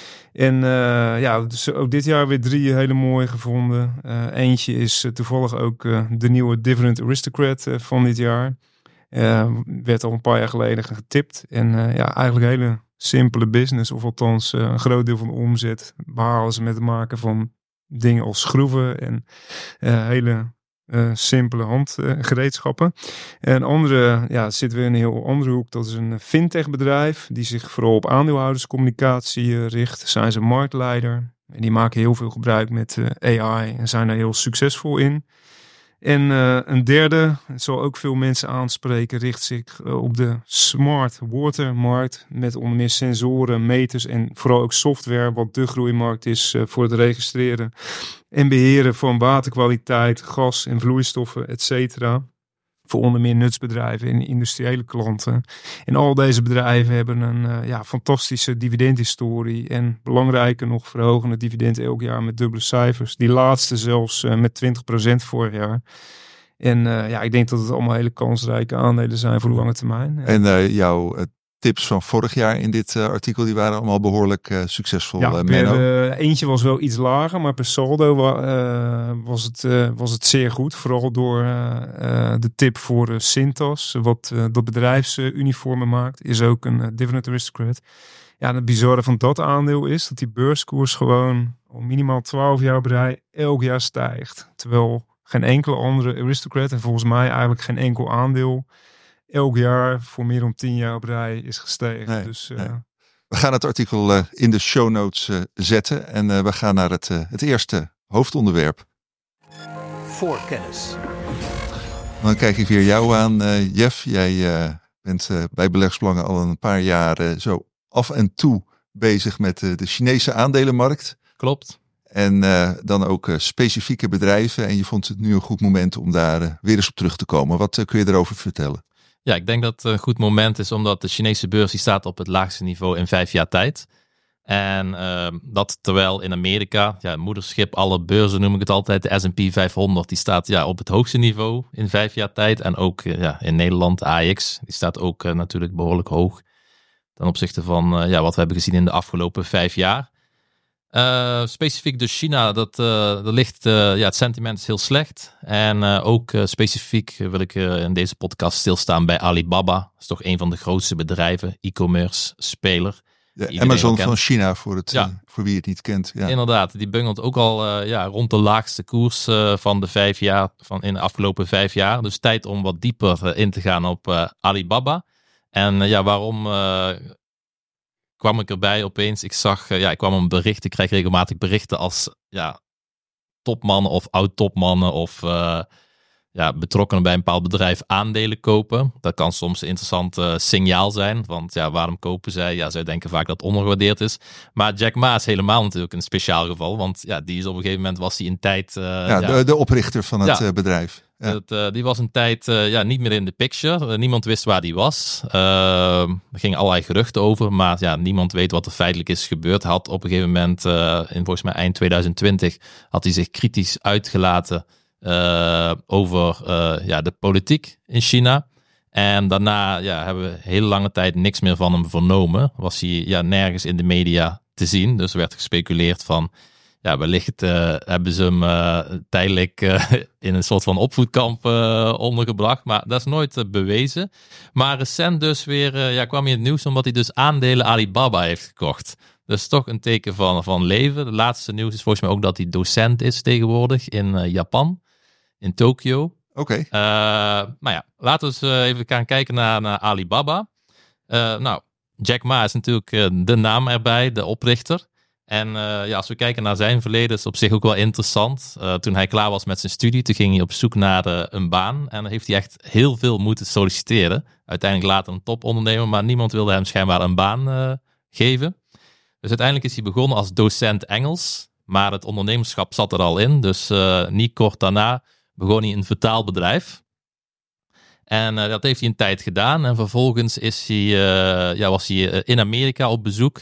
En uh, ja, dus ook dit jaar weer drie hele mooie gevonden. Uh, eentje is uh, toevallig ook uh, de nieuwe Dividend Aristocrat uh, van dit jaar. Uh, werd al een paar jaar geleden getipt. En uh, ja, eigenlijk een hele simpele business. Of althans uh, een groot deel van de omzet behalen ze met het maken van dingen als schroeven en uh, hele... Uh, simpele handgereedschappen. Uh, een andere, ja, zitten we in een heel andere hoek. Dat is een fintech bedrijf die zich vooral op aandeelhouderscommunicatie uh, richt. Zijn ze marktleider. En die maken heel veel gebruik met uh, A I en zijn daar heel succesvol in. En uh, een derde, het zal ook veel mensen aanspreken, richt zich uh, op de smart watermarkt. Met onder meer sensoren, meters en vooral ook software. Wat de groeimarkt is uh, voor het registreren en beheren van waterkwaliteit, gas en vloeistoffen, et cetera. Voor onder meer nutsbedrijven en industriële klanten. En al deze bedrijven hebben een uh, ja, fantastische dividendhistorie. En belangrijker nog, verhogen het dividend elk jaar met dubbele cijfers. Die laatste zelfs uh, met twintig procent vorig jaar. En uh, ja, ik denk dat het allemaal hele kansrijke aandelen zijn voor de lange termijn. En uh, jouw uh, tips van vorig jaar in dit uh, artikel, die waren allemaal behoorlijk uh, succesvol. Ja, uh, per, uh, eentje was wel iets lager, maar per saldo uh, was, het, uh, was het zeer goed. Vooral door uh, uh, de tip voor uh, Cintas, wat uh, dat bedrijfsuniformen uh, maakt, is ook een uh, Dividend Aristocrat. Ja, en het bizarre van dat aandeel is dat die beurskoers gewoon al minimaal twaalf jaar op rij elk jaar stijgt. Terwijl geen enkele andere Aristocrat en volgens mij eigenlijk geen enkel aandeel elk jaar voor meer dan tien jaar op rij is gestegen. Nee, dus, uh, nee. We gaan het artikel uh, in de show notes uh, zetten en uh, we gaan naar het, uh, het eerste hoofdonderwerp. Voorkennis. Dan kijk ik weer jou aan, uh, Jeff. Jij uh, bent uh, bij Beleggersbelangen al een paar jaar uh, zo af en toe bezig met uh, de Chinese aandelenmarkt. Klopt. En uh, dan ook uh, specifieke bedrijven. En je vond het nu een goed moment om daar uh, weer eens op terug te komen. Wat uh, kun je erover vertellen? Ja, ik denk dat het een goed moment is omdat de Chinese beurs die staat op het laagste niveau in vijf jaar tijd. En uh, dat terwijl in Amerika, ja, moederschip, alle beurzen noem ik het altijd, de S en P vijfhonderd, die staat ja, op het hoogste niveau in vijf jaar tijd. En ook uh, ja, in Nederland, A E X, die staat ook uh, natuurlijk behoorlijk hoog ten opzichte van uh, ja, wat we hebben gezien in de afgelopen vijf jaar. Uh, specifiek dus China, dat, uh, dat ligt, uh, ja, het sentiment is heel slecht. En uh, ook uh, specifiek wil ik uh, in deze podcast stilstaan bij Alibaba. Dat is toch een van de grootste bedrijven, e-commerce speler. De Amazon van China, voor, het, ja. uh, voor wie het niet kent. Ja. Inderdaad, die bungelt ook al uh, ja, rond de laagste koers uh, van de vijf jaar, van in de afgelopen vijf jaar. Dus tijd om wat dieper uh, in te gaan op uh, Alibaba. En uh, ja, waarom... Uh, kwam ik erbij opeens. Ik zag, uh, ja, ik kwam een bericht. Ik krijg regelmatig berichten als ja, topmannen of oud-topmannen of uh, ja, betrokkenen bij een bepaald bedrijf aandelen kopen. Dat kan soms een interessant uh, signaal zijn. Want ja, waarom kopen zij? Ja, zij denken vaak dat het ondergewaardeerd is. Maar Jack Ma is helemaal natuurlijk een speciaal geval. Want ja, die is op een gegeven moment was hij een tijd... Uh, ja, ja, de, de oprichter van het ja. uh, bedrijf. Ja. Het, uh, die was een tijd uh, ja, niet meer in de picture. Uh, niemand wist waar die was. Uh, er gingen allerlei geruchten over. Maar ja, niemand weet wat er feitelijk is gebeurd. Hij had op een gegeven moment, uh, in volgens mij eind twintig twintig, had hij zich kritisch uitgelaten uh, over uh, ja, de politiek in China. En daarna ja, hebben we hele lange tijd niks meer van hem vernomen. Was hij ja, nergens in de media te zien. Dus er werd gespeculeerd van... ja, wellicht uh, hebben ze hem uh, tijdelijk uh, in een soort van opvoedkamp uh, ondergebracht. Maar dat is nooit uh, bewezen. Maar recent dus weer uh, ja, kwam hij in het nieuws omdat hij dus aandelen Alibaba heeft gekocht. Dus toch een teken van, van leven. De laatste nieuws is volgens mij ook dat hij docent is tegenwoordig in uh, Japan. In Tokio. Oké. Okay. Uh, maar ja, laten we eens uh, even gaan kijken naar, naar Alibaba. Uh, nou, Jack Ma is natuurlijk uh, de naam erbij, de oprichter. En uh, ja, als we kijken naar zijn verleden, is het op zich ook wel interessant. Uh, toen hij klaar was met zijn studie, toen ging hij op zoek naar uh, een baan. En dan heeft hij echt heel veel moeten solliciteren. Uiteindelijk later een topondernemer, maar niemand wilde hem schijnbaar een baan uh, geven. Dus uiteindelijk is hij begonnen als docent Engels. Maar het ondernemerschap zat er al in. Dus uh, niet kort daarna begon hij een vertaalbedrijf. En uh, dat heeft hij een tijd gedaan. En vervolgens is hij, uh, ja, was hij in Amerika op bezoek.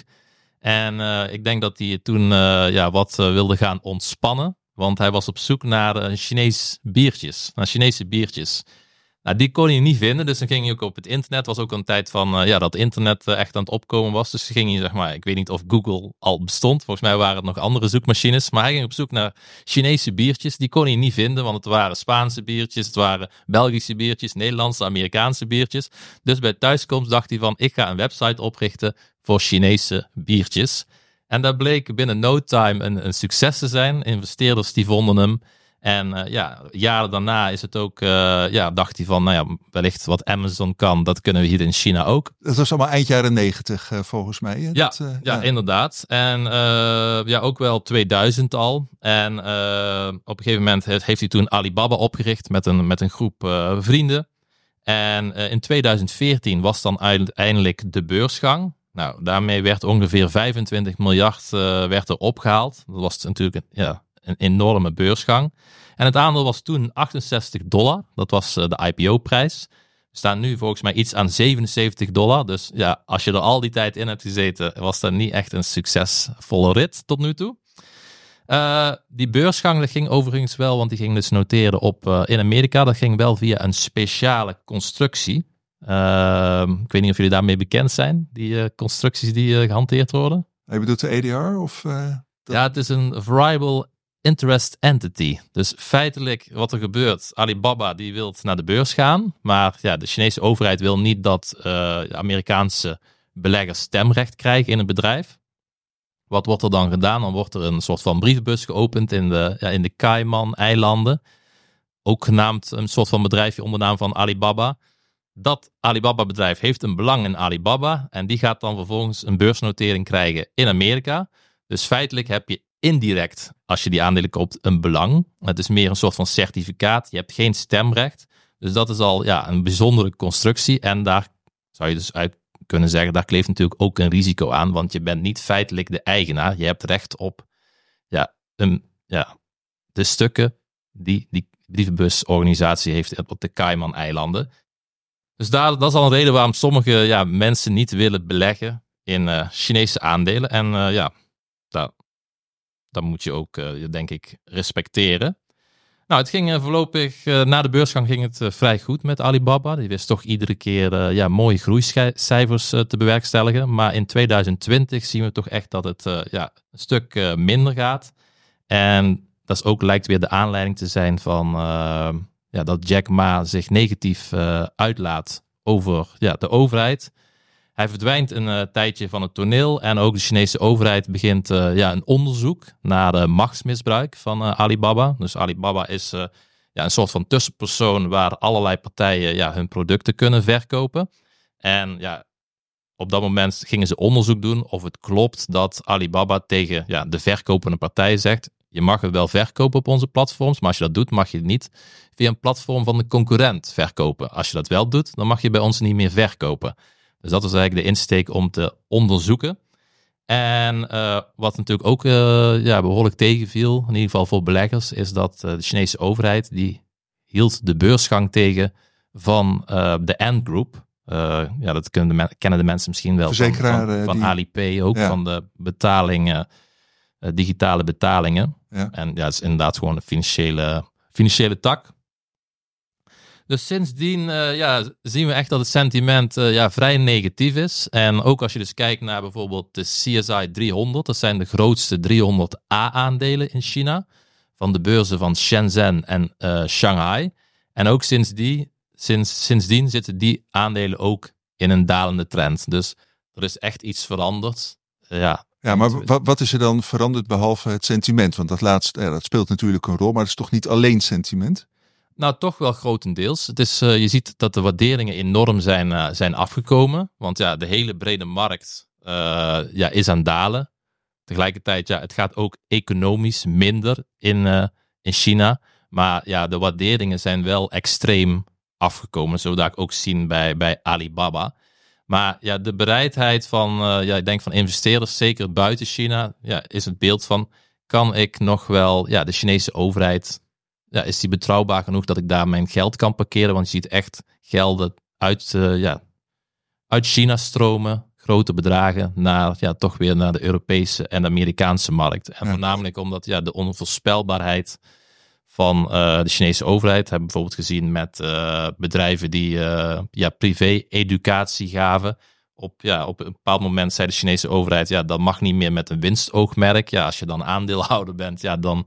En uh, ik denk dat hij toen uh, ja, wat uh, wilde gaan ontspannen. Want hij was op zoek naar uh, Chinees biertjes. Naar Chinese biertjes. Nou, die kon hij niet vinden. Dus dan ging hij ook op het internet. Was ook een tijd van uh, ja, dat internet uh, echt aan het opkomen was. Dus ging hij, zeg maar, ik weet niet of Google al bestond. Volgens mij waren het nog andere zoekmachines. Maar hij ging op zoek naar Chinese biertjes. Die kon hij niet vinden. Want het waren Spaanse biertjes. Het waren Belgische biertjes. Nederlandse, Amerikaanse biertjes. Dus bij thuiskomst dacht hij van, ik ga een website oprichten voor Chinese biertjes. En dat bleek binnen no time een, een succes te zijn. Investeerders die vonden hem. En uh, ja, jaren daarna is het ook, uh, ja, dacht hij van, nou ja, wellicht wat Amazon kan, dat kunnen we hier in China ook. Dat was allemaal eind jaren negentig uh, volgens mij. Hè? Ja, dat, uh, ja, ja, inderdaad. En uh, ja, ook wel tweeduizend al. En uh, op een gegeven moment heeft, heeft hij toen Alibaba opgericht met een, met een groep uh, vrienden. En uh, in tweeduizend veertien was dan uiteindelijk de beursgang. Nou, daarmee werd ongeveer vijfentwintig miljard uh, werd er opgehaald. Dat was natuurlijk een, ja, een enorme beursgang. En het aandeel was toen achtenzestig dollar. Dat was uh, de I P O-prijs. We staan nu volgens mij iets aan zevenenzeventig dollar. Dus ja, als je er al die tijd in hebt gezeten, was dat niet echt een succesvolle rit tot nu toe. Uh, die beursgang, dat ging overigens wel, want die ging dus noteren op uh, in Amerika. Dat ging wel via een speciale constructie. Uh, ik weet niet of jullie daarmee bekend zijn, die uh, constructies die uh, gehanteerd worden. Je bedoelt de A D R? Of, uh, dat... Ja, het is een variable interest entity. Dus feitelijk wat er gebeurt, Alibaba die wil naar de beurs gaan, maar ja, de Chinese overheid wil niet dat uh, de Amerikaanse beleggers stemrecht krijgen in het bedrijf. Wat wordt er dan gedaan? Dan wordt er een soort van brievenbus geopend in de, ja, in de Cayman-eilanden. Ook genaamd een soort van bedrijfje onder naam van Alibaba. Dat Alibaba-bedrijf heeft een belang in Alibaba en die gaat dan vervolgens een beursnotering krijgen in Amerika. Dus feitelijk heb je indirect, als je die aandelen koopt, een belang. Het is meer een soort van certificaat. Je hebt geen stemrecht. Dus dat is al ja, een bijzondere constructie. En daar zou je dus uit kunnen zeggen, daar kleeft natuurlijk ook een risico aan, want je bent niet feitelijk de eigenaar. Je hebt recht op ja, een, ja, de stukken die die brievenbusorganisatie heeft op de Cayman-eilanden. Dus daar, dat is al een reden waarom sommige ja, mensen niet willen beleggen in uh, Chinese aandelen. En uh, ja, dat, dat moet je ook, uh, denk ik, respecteren. Nou, het ging uh, voorlopig, uh, na de beursgang ging het uh, vrij goed met Alibaba. Die wist toch iedere keer uh, ja, mooie groeicijfers uh, te bewerkstelligen. Maar in tweeduizend twintig zien we toch echt dat het uh, ja, een stuk uh, minder gaat. En dat is ook, lijkt weer de aanleiding te zijn van uh, ja, dat Jack Ma zich negatief uh, uitlaat over ja, de overheid. Hij verdwijnt een uh, tijdje van het toneel en ook de Chinese overheid begint uh, ja, een onderzoek naar de machtsmisbruik van uh, Alibaba. Dus Alibaba is uh, ja, een soort van tussenpersoon waar allerlei partijen ja, hun producten kunnen verkopen. En ja, op dat moment gingen ze onderzoek doen of het klopt dat Alibaba tegen ja, de verkopende partij zegt: je mag het wel verkopen op onze platforms, maar als je dat doet, mag je het niet via een platform van de concurrent verkopen. Als je dat wel doet, dan mag je bij ons niet meer verkopen. Dus dat was eigenlijk de insteek om te onderzoeken. En uh, wat natuurlijk ook uh, ja, behoorlijk tegenviel, in ieder geval voor beleggers, is dat uh, de Chinese overheid, die hield de beursgang tegen van uh, de Ant Group. Uh, ja, dat kunnen de men- kennen de mensen misschien wel van, van, van die... Alipay, ook ja. Van de betalingen, uh, digitale betalingen. Ja. En ja, het is inderdaad gewoon een financiële, financiële tak. Dus sindsdien uh, ja, zien we echt dat het sentiment uh, ja, vrij negatief is. En ook als je dus kijkt naar bijvoorbeeld de C S I driehonderd. Dat zijn de grootste driehonderd A-aandelen in China. Van de beurzen van Shenzhen en uh, Shanghai. En ook sindsdien, sinds, sindsdien zitten die aandelen ook in een dalende trend. Dus er is echt iets veranderd. Uh, ja, ja, maar wat, wat is er dan veranderd behalve het sentiment? Want dat laatste, ja, dat speelt natuurlijk een rol, maar het is toch niet alleen sentiment? Nou, toch wel grotendeels. Het is, uh, je ziet dat de waarderingen enorm zijn, uh, zijn afgekomen. Want ja, de hele brede markt uh, ja, is aan het dalen. Tegelijkertijd, ja, het gaat ook economisch minder in, uh, in China. Maar ja, de waarderingen zijn wel extreem afgekomen. Zullen we daar ook zien bij, bij Alibaba. Maar ja, de bereidheid van, uh, ja, ik denk van investeerders, zeker buiten China, ja, is het beeld van, kan ik nog wel, ja, de Chinese overheid, ja, is die betrouwbaar genoeg dat ik daar mijn geld kan parkeren? Want je ziet echt gelden uit, uh, ja, uit China stromen, grote bedragen, naar, ja, toch weer naar de Europese en de Amerikaanse markt. En ja. Voornamelijk omdat ja, de onvoorspelbaarheid van uh, de Chinese overheid, hebben we bijvoorbeeld gezien met uh, bedrijven die uh, ja, privé-educatie gaven. Op, ja, op een bepaald moment zei de Chinese overheid, ja, dat mag niet meer met een winstoogmerk. Ja, als je dan aandeelhouder bent, ja, dan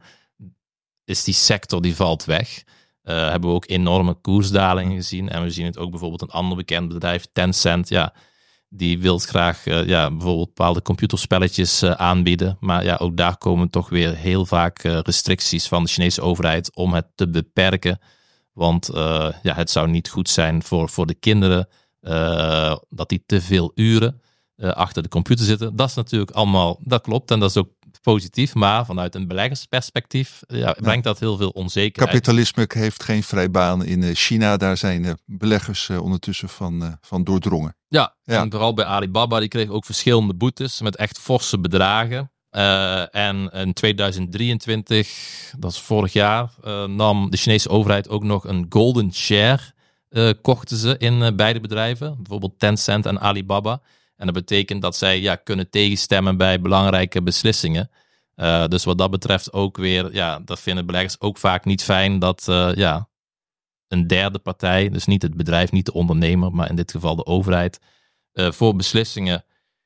is die sector, die valt weg. Uh, hebben we ook enorme koersdalingen gezien. En we zien het ook bijvoorbeeld een ander bekend bedrijf, Tencent, ja, die wil graag uh, ja, bijvoorbeeld bepaalde computerspelletjes uh, aanbieden. Maar ja, ook daar komen toch weer heel vaak uh, restricties van de Chinese overheid om het te beperken. Want uh, ja, het zou niet goed zijn voor, voor de kinderen uh, dat die te veel uren uh, achter de computer zitten. Dat is natuurlijk allemaal, dat klopt en dat is ook positief. Maar vanuit een beleggersperspectief ja, brengt dat heel veel onzekerheid. Kapitalisme heeft geen vrijbaan in China. Daar zijn beleggers ondertussen van, van doordrongen. Ja, ja, en vooral bij Alibaba, die kreeg ook verschillende boetes met echt forse bedragen. Uh, en in tweeduizend drieëntwintig, dat is vorig jaar, uh, nam de Chinese overheid ook nog een golden share, uh, kochten ze in uh, beide bedrijven. Bijvoorbeeld Tencent en Alibaba. En dat betekent dat zij ja, kunnen tegenstemmen bij belangrijke beslissingen. Uh, dus wat dat betreft ook weer, ja, dat vinden beleggers ook vaak niet fijn dat uh, ja, een derde partij, dus niet het bedrijf, niet de ondernemer, maar in dit geval de overheid, uh, voor beslissingen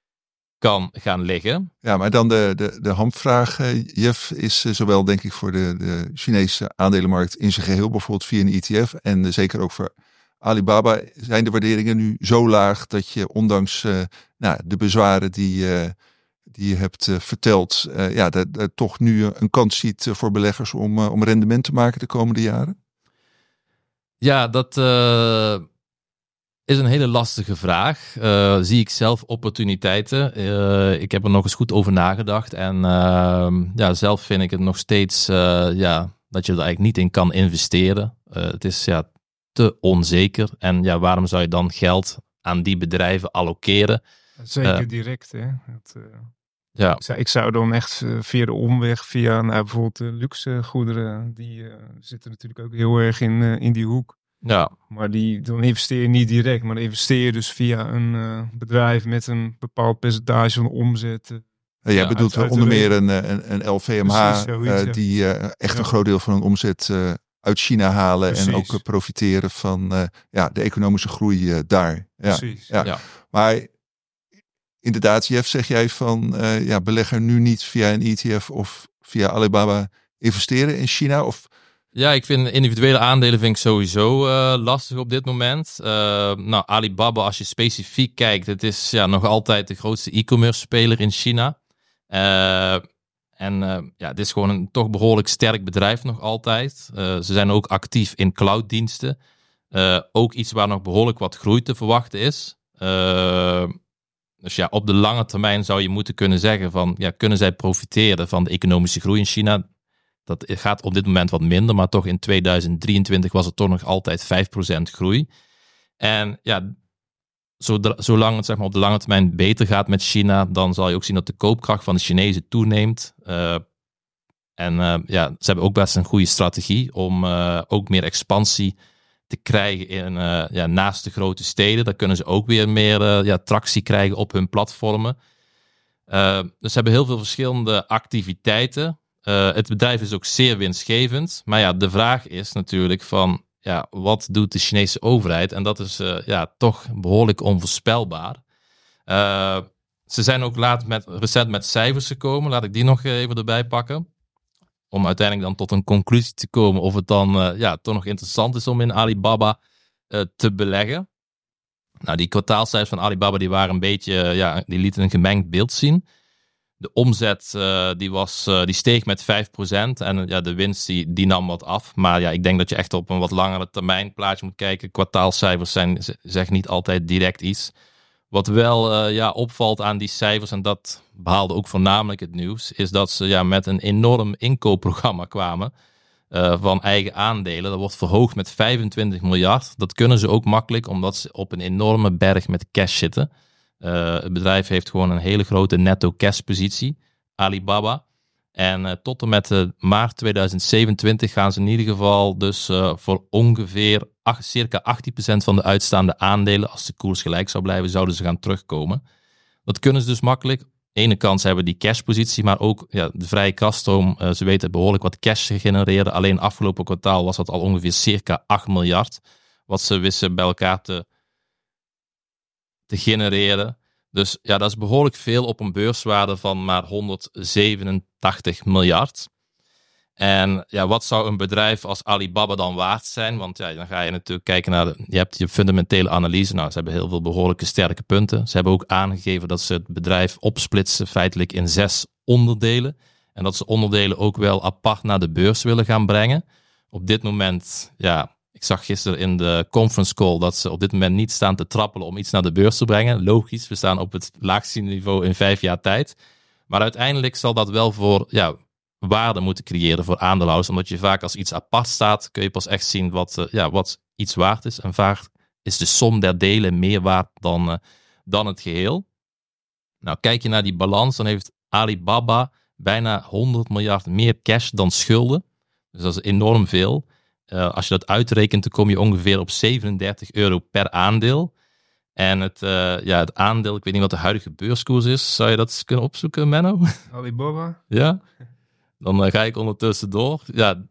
kan gaan liggen. Ja, maar dan de, de, de hamvraag, uh, Jeff, is uh, zowel denk ik voor de, de Chinese aandelenmarkt in zijn geheel, bijvoorbeeld via een E T F, en uh, zeker ook voor Alibaba, zijn de waarderingen nu zo laag dat je ondanks uh, nou, de bezwaren die, uh, die je hebt uh, verteld, uh, ja, dat, dat toch nu een kans ziet uh, voor beleggers om, uh, om rendement te maken de komende jaren? Ja, dat uh, is een hele lastige vraag. Uh, zie ik zelf opportuniteiten? Uh, ik heb er nog eens goed over nagedacht. En uh, ja, zelf vind ik het nog steeds uh, ja, dat je er eigenlijk niet in kan investeren. Uh, het is ja, te onzeker. En ja, waarom zou je dan geld aan die bedrijven allokeren? Zeker uh, direct, hè. Dat, uh... Ja. Ik zou, ik zou dan echt uh, via de omweg, via nou, bijvoorbeeld de luxe goederen, die uh, zitten natuurlijk ook heel erg in, uh, in die hoek. Ja. Maar die, dan investeer je niet direct, maar dan investeer je dus via een uh, bedrijf met een bepaald percentage van de omzet. Uh, ja, jij ja, bedoelt uit, uit onder meer een, een, een L V M H, Precies, zoiets, uh, die uh, echt ja. een groot deel van hun omzet uh, uit China halen. Precies. En ook uh, profiteren van uh, ja, de economische groei uh, daar. Ja. Precies. Ja. Ja. Maar inderdaad, Jeff, zeg jij van uh, ja, belegger nu niet via een E T F of via Alibaba investeren in China? Of... Ja, ik vind individuele aandelen vind ik sowieso uh, lastig op dit moment. Uh, nou, Alibaba, als je specifiek kijkt, het is ja, nog altijd de grootste e-commerce speler in China. Uh, en uh, ja, het is gewoon een toch behoorlijk sterk bedrijf nog altijd. Uh, ze zijn ook actief in clouddiensten. Uh, ook iets waar nog behoorlijk wat groei te verwachten is. Uh, Dus ja, op de lange termijn zou je moeten kunnen zeggen van, ja, kunnen zij profiteren van de economische groei in China? Dat gaat op dit moment wat minder, maar toch in tweeduizend drieëntwintig was het toch nog altijd vijf procent groei. En ja, zodra, zolang het zeg maar, op de lange termijn beter gaat met China, dan zal je ook zien dat de koopkracht van de Chinezen toeneemt. Uh, en uh, ja, ze hebben ook best een goede strategie om uh, ook meer expansie te krijgen in, uh, ja, naast de grote steden. Dan kunnen ze ook weer meer uh, ja, tractie krijgen op hun platformen. Uh, dus ze hebben heel veel verschillende activiteiten. Uh, het bedrijf is ook zeer winstgevend. Maar ja, de vraag is natuurlijk van, ja, wat doet de Chinese overheid? En dat is uh, ja, toch behoorlijk onvoorspelbaar. Uh, ze zijn ook laat met, recent met cijfers gekomen. Laat ik die nog even erbij pakken. Om uiteindelijk dan tot een conclusie te komen of het dan uh, ja, toch nog interessant is om in Alibaba uh, te beleggen. Nou, die kwartaalcijfers van Alibaba die waren een beetje, uh, ja, die lieten een gemengd beeld zien. De omzet uh, die was, uh, die steeg met vijf procent en uh, ja, de winst die, die nam wat af. Maar ja, ik denk dat je echt op een wat langere termijn plaatje moet kijken. Kwartaalcijfers zijn, zeggen niet altijd direct iets. Wat wel uh, ja, opvalt aan die cijfers, en dat behaalde ook voornamelijk het nieuws, is dat ze ja, met een enorm inkoopprogramma kwamen uh, van eigen aandelen. Dat wordt verhoogd met vijfentwintig miljard. Dat kunnen ze ook makkelijk, omdat ze op een enorme berg met cash zitten. Uh, het bedrijf heeft gewoon een hele grote netto cash positie, Alibaba. En uh, tot en met uh, maart tweeduizend zevenentwintig gaan ze in ieder geval dus uh, voor ongeveer ach, circa achttien procent van de uitstaande aandelen, als de koers gelijk zou blijven, zouden ze gaan terugkomen. Dat kunnen ze dus makkelijk. Aan de ene kant hebben die cashpositie, maar ook ja, de vrije kaststroom. Uh, ze weten behoorlijk wat cash te genereren. Alleen afgelopen kwartaal was dat al ongeveer circa acht miljard. Wat ze wisten bij elkaar te, te genereren. Dus ja, dat is behoorlijk veel op een beurswaarde van maar honderdzevenentachtig miljard. En ja, wat zou een bedrijf als Alibaba dan waard zijn? Want ja, dan ga je natuurlijk kijken naar, de, je hebt je fundamentele analyse. Nou, ze hebben heel veel behoorlijke sterke punten. Ze hebben ook aangegeven dat ze het bedrijf opsplitsen feitelijk in zes onderdelen. En dat ze onderdelen ook wel apart naar de beurs willen gaan brengen. Op dit moment, ja, ik zag gisteren in de conference call dat ze op dit moment niet staan te trappelen om iets naar de beurs te brengen. Logisch, we staan op het laagste niveau in vijf jaar tijd. Maar uiteindelijk zal dat wel voor ja, waarde moeten creëren voor aandeelhouders. Omdat je vaak als iets apart staat, kun je pas echt zien wat, uh, ja, wat iets waard is. En vaak is de som der delen meer waard dan, uh, dan het geheel. Nou, kijk je naar die balans, dan heeft Alibaba bijna honderd miljard meer cash dan schulden. Dus dat is enorm veel. Uh, als je dat uitrekent, dan kom je ongeveer op zevenendertig euro per aandeel. En het, uh, ja, het aandeel, ik weet niet wat de huidige beurskoers is. Zou je dat eens kunnen opzoeken, Menno? Alibaba? Ja. Dan uh, ga ik ondertussen door. Ja,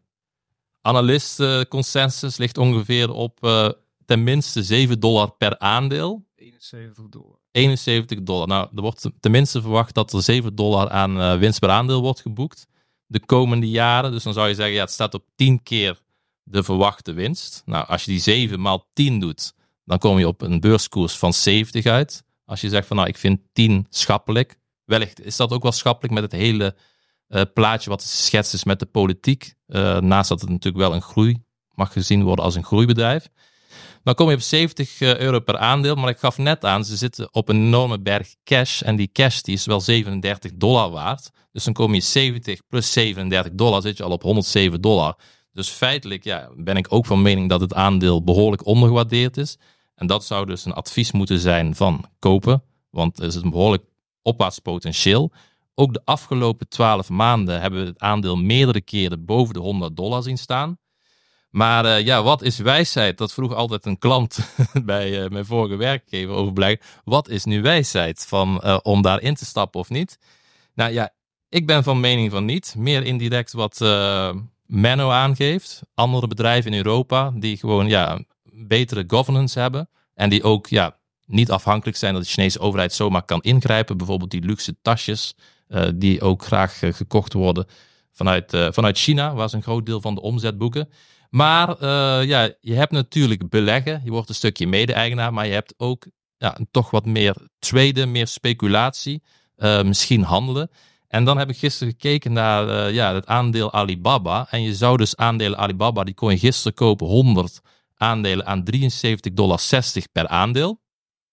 analistenconsensus ligt ongeveer op uh, ten minste zeven dollar per aandeel. eenenzeventig dollar. eenenzeventig dollar. Nou, er wordt tenminste verwacht dat er zeven dollar aan uh, winst per aandeel wordt geboekt de komende jaren. Dus dan zou je zeggen, ja, het staat op tien keer de verwachte winst. Nou, als je die zeven maal tien doet, dan kom je op een beurskoers van zeventig uit. Als je zegt van, nou, ik vind tien schappelijk. Wellicht is dat ook wel schappelijk met het hele uh, plaatje wat geschetst is met de politiek. Uh, naast dat het natuurlijk wel een groei mag gezien worden als een groeibedrijf. Dan kom je op zeventig euro per aandeel. Maar ik gaf net aan, ze zitten op een enorme berg cash. En die cash die is wel zevenendertig dollar waard. Dus dan kom je zeventig plus zevenendertig dollar, zit je al op honderdzeven dollar. Dus feitelijk ja, ben ik ook van mening dat het aandeel behoorlijk ondergewaardeerd is. En dat zou dus een advies moeten zijn van kopen. Want er is een behoorlijk opwaarts potentieel. Ook de afgelopen twaalf maanden hebben we het aandeel meerdere keren boven de honderd dollar zien staan. Maar uh, ja, wat is wijsheid? Dat vroeg altijd een klant bij uh, mijn vorige werkgever over beleggen. Wat is nu wijsheid van, uh, om daarin te stappen of niet? Nou ja, ik ben van mening van niet. Meer indirect wat uh, Menno aangeeft. Andere bedrijven in Europa die gewoon ja, betere governance hebben. En die ook ja, niet afhankelijk zijn dat de Chinese overheid zomaar kan ingrijpen. Bijvoorbeeld die luxe tasjes uh, die ook graag uh, gekocht worden vanuit, uh, vanuit China. Waar ze een groot deel van de omzet boeken. Maar uh, ja, je hebt natuurlijk beleggen. Je wordt een stukje mede-eigenaar. Maar je hebt ook ja, toch wat meer traden, meer speculatie. Uh, misschien handelen. En dan heb ik gisteren gekeken naar uh, ja, het aandeel Alibaba. En je zou dus aandelen Alibaba, die kon je gisteren kopen, honderd aandelen aan drieënzeventig dollar zestig per aandeel.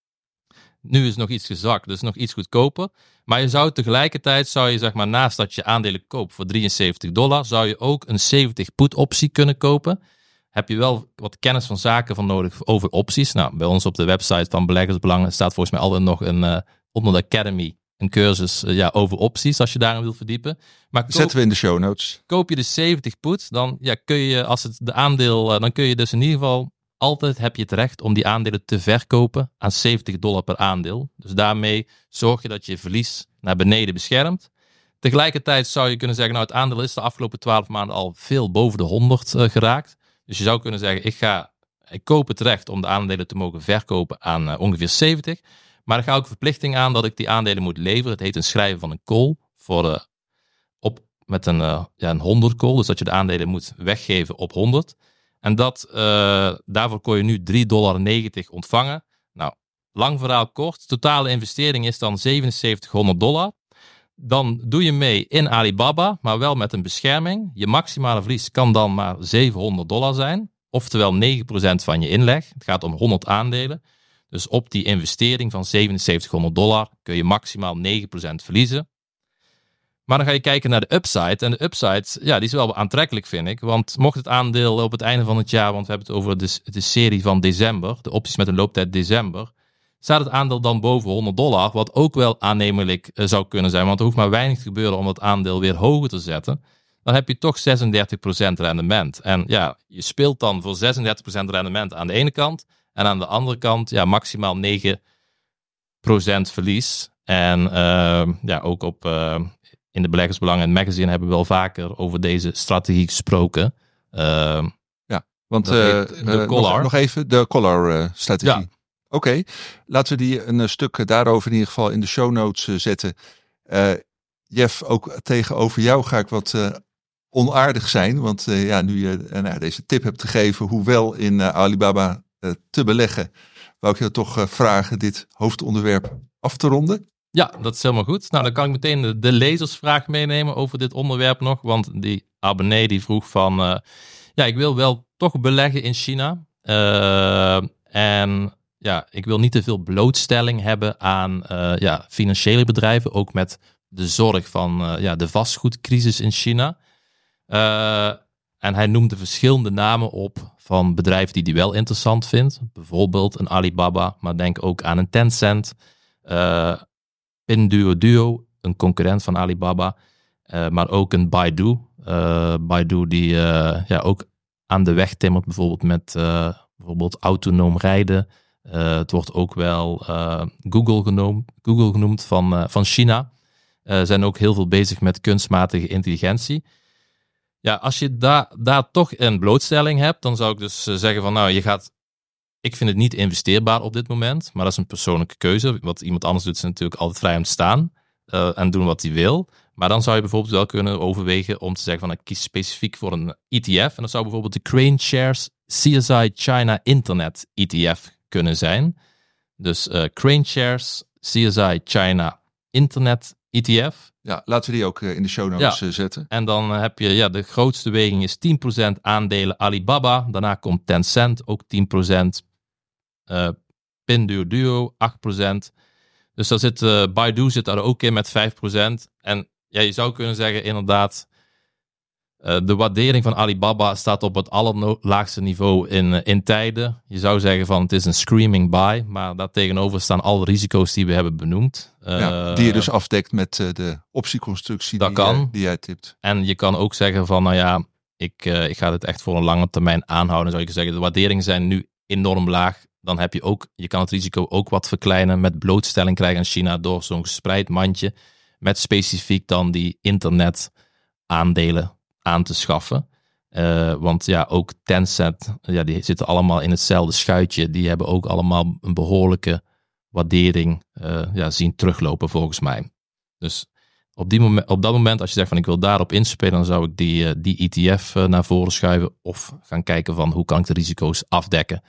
Nu is het nog iets gezakt, dus nog iets goedkoper. Maar je zou tegelijkertijd, zou je zeg maar naast dat je aandelen koopt voor drieënzeventig dollar, zou je ook een zeventig put optie kunnen kopen. Heb je wel wat kennis van zaken van nodig over opties. Nou, bij ons op de website van Beleggersbelangen staat volgens mij altijd nog een, uh, onder de Academy een cursus uh, ja, over opties, als je daarin wilt verdiepen. Maar koop, zetten we in de show notes. Koop je de zeventig put, dan ja, kun je, als het de aandeel, uh, dan kun je dus in ieder geval altijd heb je het recht om die aandelen te verkopen aan zeventig dollar per aandeel. Dus daarmee zorg je dat je verlies naar beneden beschermt. Tegelijkertijd zou je kunnen zeggen, nou het aandeel is de afgelopen twaalf maanden al veel boven de honderd uh, geraakt. Dus je zou kunnen zeggen, ik ga, ik koop het recht om de aandelen te mogen verkopen aan uh, ongeveer zeventig. Maar dan ga ik een verplichting aan dat ik die aandelen moet leveren. Het heet een schrijven van een call voor de, op, met een, uh, ja, een honderd call. Dus dat je de aandelen moet weggeven op honderd. En dat, uh, daarvoor kon je nu drie dollar negentig ontvangen. Nou, lang verhaal kort. Totale investering is dan zevenenzeventighonderd dollar. Dan doe je mee in Alibaba, maar wel met een bescherming. Je maximale verlies kan dan maar zevenhonderd dollar zijn. Oftewel negen procent van je inleg. Het gaat om honderd aandelen. Dus op die investering van zevenenzeventighonderd dollar kun je maximaal negen procent verliezen. Maar dan ga je kijken naar de upside. En de upside, ja, die is wel aantrekkelijk, vind ik. Want mocht het aandeel op het einde van het jaar, want we hebben het over de, de serie van december, de opties met een looptijd december, staat het aandeel dan boven honderd dollar, wat ook wel aannemelijk uh, zou kunnen zijn. Want er hoeft maar weinig te gebeuren om het aandeel weer hoger te zetten. Dan heb je toch zesendertig procent rendement. En ja, je speelt dan voor zesendertig procent rendement aan de ene kant. En aan de andere kant, ja, maximaal negen procent verlies. En uh, ja, ook op, uh, in de Beleggersbelangen en Magazine hebben we wel vaker over deze strategie gesproken. Uh, ja, want uh, de uh, nog, nog even de collar-strategie. Uh, ja. Oké, okay. Laten we die een stuk daarover in ieder geval in de show notes uh, zetten. Uh, Jeff, ook tegenover jou ga ik wat uh, onaardig zijn. Want uh, ja, nu je uh, nou, deze tip hebt gegeven hoe wel in uh, Alibaba uh, te beleggen, wou ik je toch uh, vragen dit hoofdonderwerp af te ronden. Ja, dat is helemaal goed. Nou, dan kan ik meteen de, de lezersvraag meenemen over dit onderwerp nog. Want die abonnee die vroeg van, uh, ja, ik wil wel toch beleggen in China. Uh, en ja, ik wil niet te veel blootstelling hebben aan uh, ja, financiële bedrijven. Ook met de zorg van uh, ja, de vastgoedcrisis in China. Uh, en hij noemde verschillende namen op van bedrijven die hij wel interessant vindt. Bijvoorbeeld een Alibaba, maar denk ook aan een Tencent. Uh, Pinduoduo, een concurrent van Alibaba. Uh, maar ook een Baidu. Uh, Baidu die uh, ja, ook aan de weg timmert, bijvoorbeeld met uh, bijvoorbeeld autonoom rijden. Uh, het wordt ook wel uh, Google genoemd, Google genoemd van, uh, van China. Uh, zijn ook heel veel bezig met kunstmatige intelligentie. Ja, als je daar, daar toch een blootstelling hebt, dan zou ik dus uh, zeggen van nou, je gaat, ik vind het niet investeerbaar op dit moment, maar dat is een persoonlijke keuze. Wat iemand anders doet is natuurlijk altijd vrij om te staan uh, en doen wat hij wil. Maar dan zou je bijvoorbeeld wel kunnen overwegen om te zeggen van ik kies specifiek voor een E T F. En dat zou bijvoorbeeld de Crane Shares C S I China Internet E T F kunnen zijn. Dus uh, Crane Shares C S I China Internet E T F. Ja, laten we die ook uh, in de show notes ja. uh, zetten. En dan uh, heb je, ja, de grootste weging is tien procent aandelen Alibaba. Daarna komt Tencent, ook tien procent. Uh, Pinduoduo, acht procent. Dus daar zit, uh, Baidu zit daar ook in met vijf procent. En ja, je zou kunnen zeggen, inderdaad, uh, de waardering van Alibaba staat op het allerlaagste niveau in, uh, in tijden. Je zou zeggen van het is een screaming buy, maar daartegenover staan alle risico's die we hebben benoemd. Uh, ja, die je dus afdekt met uh, de optieconstructie dat die, kan. Uh, die jij tipt. En je kan ook zeggen van, nou ja, ik, uh, ik ga dit echt voor een lange termijn aanhouden. Zou je zeggen, de waarderingen zijn nu enorm laag. Dan heb je ook, je kan het risico ook wat verkleinen met blootstelling krijgen aan China door zo'n gespreid mandje met specifiek dan die internet aandelen aan te schaffen. Uh, want ja, ook Tencent, ja, die zitten allemaal in hetzelfde schuitje. Die hebben ook allemaal een behoorlijke waardering uh, ja, zien teruglopen volgens mij. Dus op, die moment, op dat moment, als je zegt van ik wil daarop inspelen, dan zou ik die, uh, die E T F uh, naar voren schuiven of gaan kijken van hoe kan ik de risico's afdekken.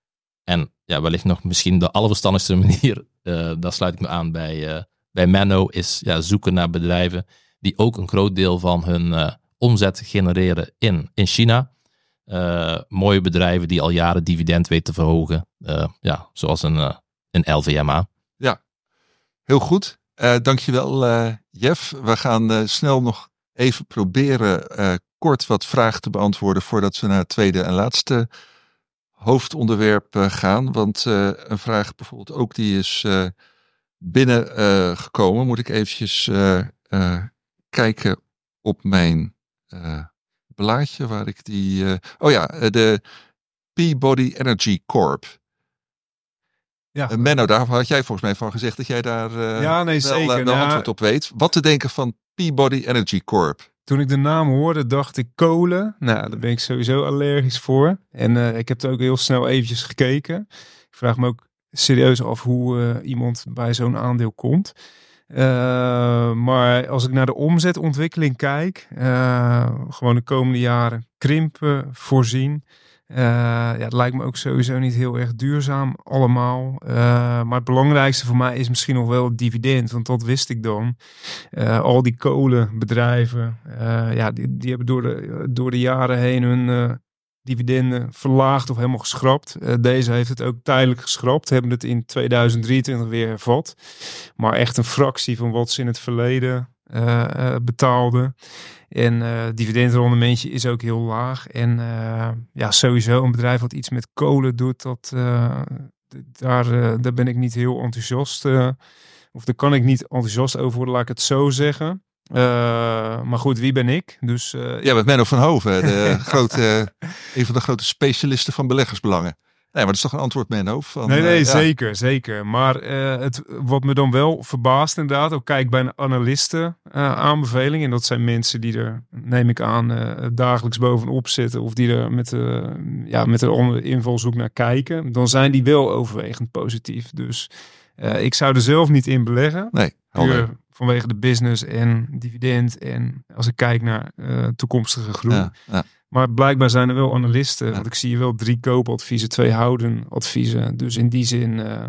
En ja, wellicht nog misschien de allerverstandigste manier, uh, daar sluit ik me aan bij, uh, bij Menno, is ja, zoeken naar bedrijven die ook een groot deel van hun uh, omzet genereren in, in China. Uh, mooie bedrijven die al jaren dividend weten te verhogen. Uh, ja, zoals een, uh, een L V M A. Ja, heel goed. Uh, dankjewel uh, Jeff. We gaan uh, snel nog even proberen uh, kort wat vragen te beantwoorden voordat we naar het tweede en laatste hoofdonderwerp uh, gaan. Want uh, een vraag bijvoorbeeld ook die is uh, binnengekomen. Uh, Moet ik eventjes uh, uh, kijken op mijn uh, blaadje waar ik die... Uh, oh ja, de Peabody Energy Corp. Ja. Uh, Menno, daar had jij volgens mij van gezegd dat jij daar uh, ja, nee, wel zeker. uh, wel nou, antwoord op weet. Wat te denken van Peabody Energy Corp? Toen ik de naam hoorde, dacht ik kolen. Nou, daar ben ik sowieso allergisch voor. En uh, ik heb er ook heel snel eventjes gekeken. Ik vraag me ook serieus af hoe uh, iemand bij zo'n aandeel komt. Uh, maar als ik naar de omzetontwikkeling kijk, uh, gewoon de komende jaren krimpen voorzien. Uh, ja, het lijkt me ook sowieso niet heel erg duurzaam allemaal. Uh, maar het belangrijkste voor mij is misschien nog wel het dividend. Want dat wist ik dan. Uh, al die kolenbedrijven, uh, ja, die, die hebben door de, door de jaren heen hun uh, dividenden verlaagd of helemaal geschrapt. Uh, deze heeft het ook tijdelijk geschrapt. Hebben het in tweeduizend drieëntwintig weer hervat. Maar echt een fractie van wat ze in het verleden uh, uh, betaalden. En uh, dividendrendementje is ook heel laag. En uh, ja, sowieso een bedrijf wat iets met kolen doet, dat, uh, daar, uh, daar ben ik niet heel enthousiast. Uh, of daar kan ik niet enthousiast over worden, laat ik het zo zeggen. Uh, maar goed, wie ben ik? Dus, uh, Jij bent Menno van Hoven, de grote, een van de grote specialisten van beleggersbelangen. Nee, maar dat is toch een antwoord, Menno? Van, nee, nee, uh, zeker, ja. zeker. Maar uh, het, wat me dan wel verbaast inderdaad, ook kijk bij een analisten uh, aanbeveling. En dat zijn mensen die er, neem ik aan, uh, dagelijks bovenop zitten. Of die er met, uh, ja, met een andere invalshoek naar kijken. Dan zijn die wel overwegend positief. Dus uh, ik zou er zelf niet in beleggen. Nee, puur vanwege de business en dividend. En als ik kijk naar uh, toekomstige groei. Ja, ja. Maar blijkbaar zijn er wel analisten. Ja. Want ik zie wel drie koopadviezen, twee houden adviezen. Dus in die zin uh,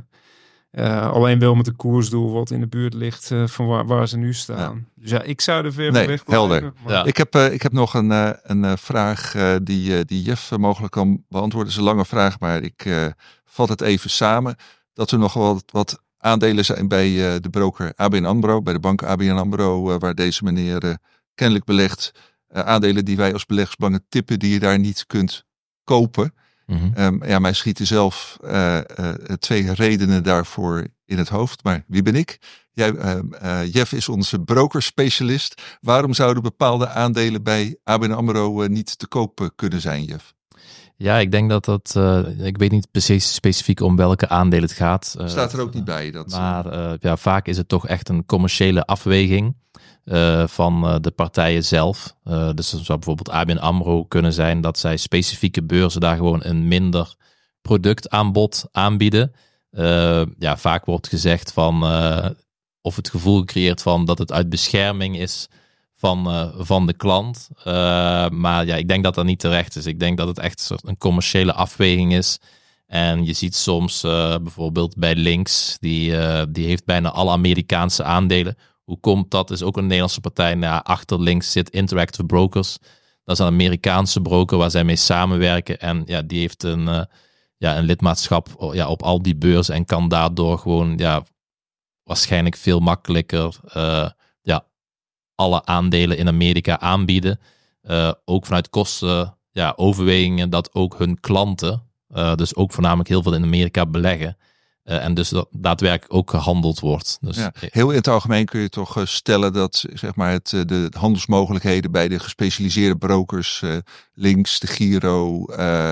uh, alleen wel met een koersdoel wat in de buurt ligt uh, van waar, waar ze nu staan. Ja. Dus ja, ik zou er ver nee, van weg helder. blijven, maar... Ja. Ik, heb, uh, ik heb nog een, uh, een uh, vraag uh, die, uh, die Jeff uh, mogelijk kan beantwoorden. Het is een lange vraag, maar ik uh, vat het even samen. Dat er nog wat, wat aandelen zijn bij uh, de broker A B N AMRO, bij de bank A B N AMRO, uh, waar deze meneer uh, kennelijk belegt. Uh, aandelen die wij als beleggersbelangen tippen, die je daar niet kunt kopen. Mm-hmm. Um, ja, mij schieten zelf uh, uh, twee redenen daarvoor in het hoofd. Maar wie ben ik? Jij, uh, uh, Jeff is onze brokerspecialist. Waarom zouden bepaalde aandelen bij A B N AMRO uh, niet te koop kunnen zijn, Jeff? Ja, ik denk dat dat, uh, ik weet niet precies specifiek om welke aandelen het gaat. Uh, Staat er ook niet bij. Dat, maar uh, ja, vaak is het toch echt een commerciële afweging uh, van uh, de partijen zelf. Uh, dus het zou bijvoorbeeld A B N AMRO kunnen zijn dat zij specifieke beurzen daar gewoon een minder productaanbod aanbieden. Uh, ja, vaak wordt gezegd van, uh, of het gevoel gecreëerd van dat het uit bescherming is van, uh, van de klant. Uh, maar ja, ik denk dat dat niet terecht is. Ik denk dat het echt een commerciële afweging is. En je ziet soms uh, bijvoorbeeld bij Links, die, uh, die heeft bijna alle Amerikaanse aandelen. Hoe komt dat? Is ook een Nederlandse partij. Nou, achter Links zit Interactive Brokers. Dat is een Amerikaanse broker waar zij mee samenwerken. En ja, die heeft een, uh, ja, een lidmaatschap ja, op al die beurzen en kan daardoor gewoon ja, waarschijnlijk veel makkelijker uh, ja, alle aandelen in Amerika aanbieden. Uh, ook vanuit kosten, ja, overwegingen dat ook hun klanten, uh, dus ook voornamelijk heel veel in Amerika beleggen. Uh, en dus dat daadwerkelijk ook gehandeld wordt. Dus, ja, heel in het algemeen kun je toch uh, stellen dat zeg maar, het, de handelsmogelijkheden bij de gespecialiseerde brokers, uh, Links, de Giro, uh,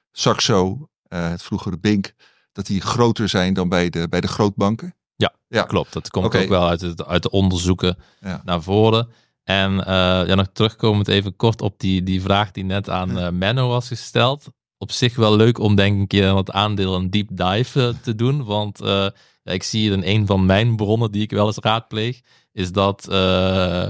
Saxo, uh, het vroegere Bink, dat die groter zijn dan bij de, bij de grootbanken. Ja, ja, klopt. Dat komt okay. ook wel uit, het, uit de onderzoeken ja. naar voren. En uh, ja, nog terugkomend even kort op die, die vraag die net aan uh, Menno was gesteld. Op zich wel leuk om denk ik een keer het aandeel een deep dive uh, te doen. Want uh, ja, ik zie in een van mijn bronnen die ik wel eens raadpleeg, is dat, uh,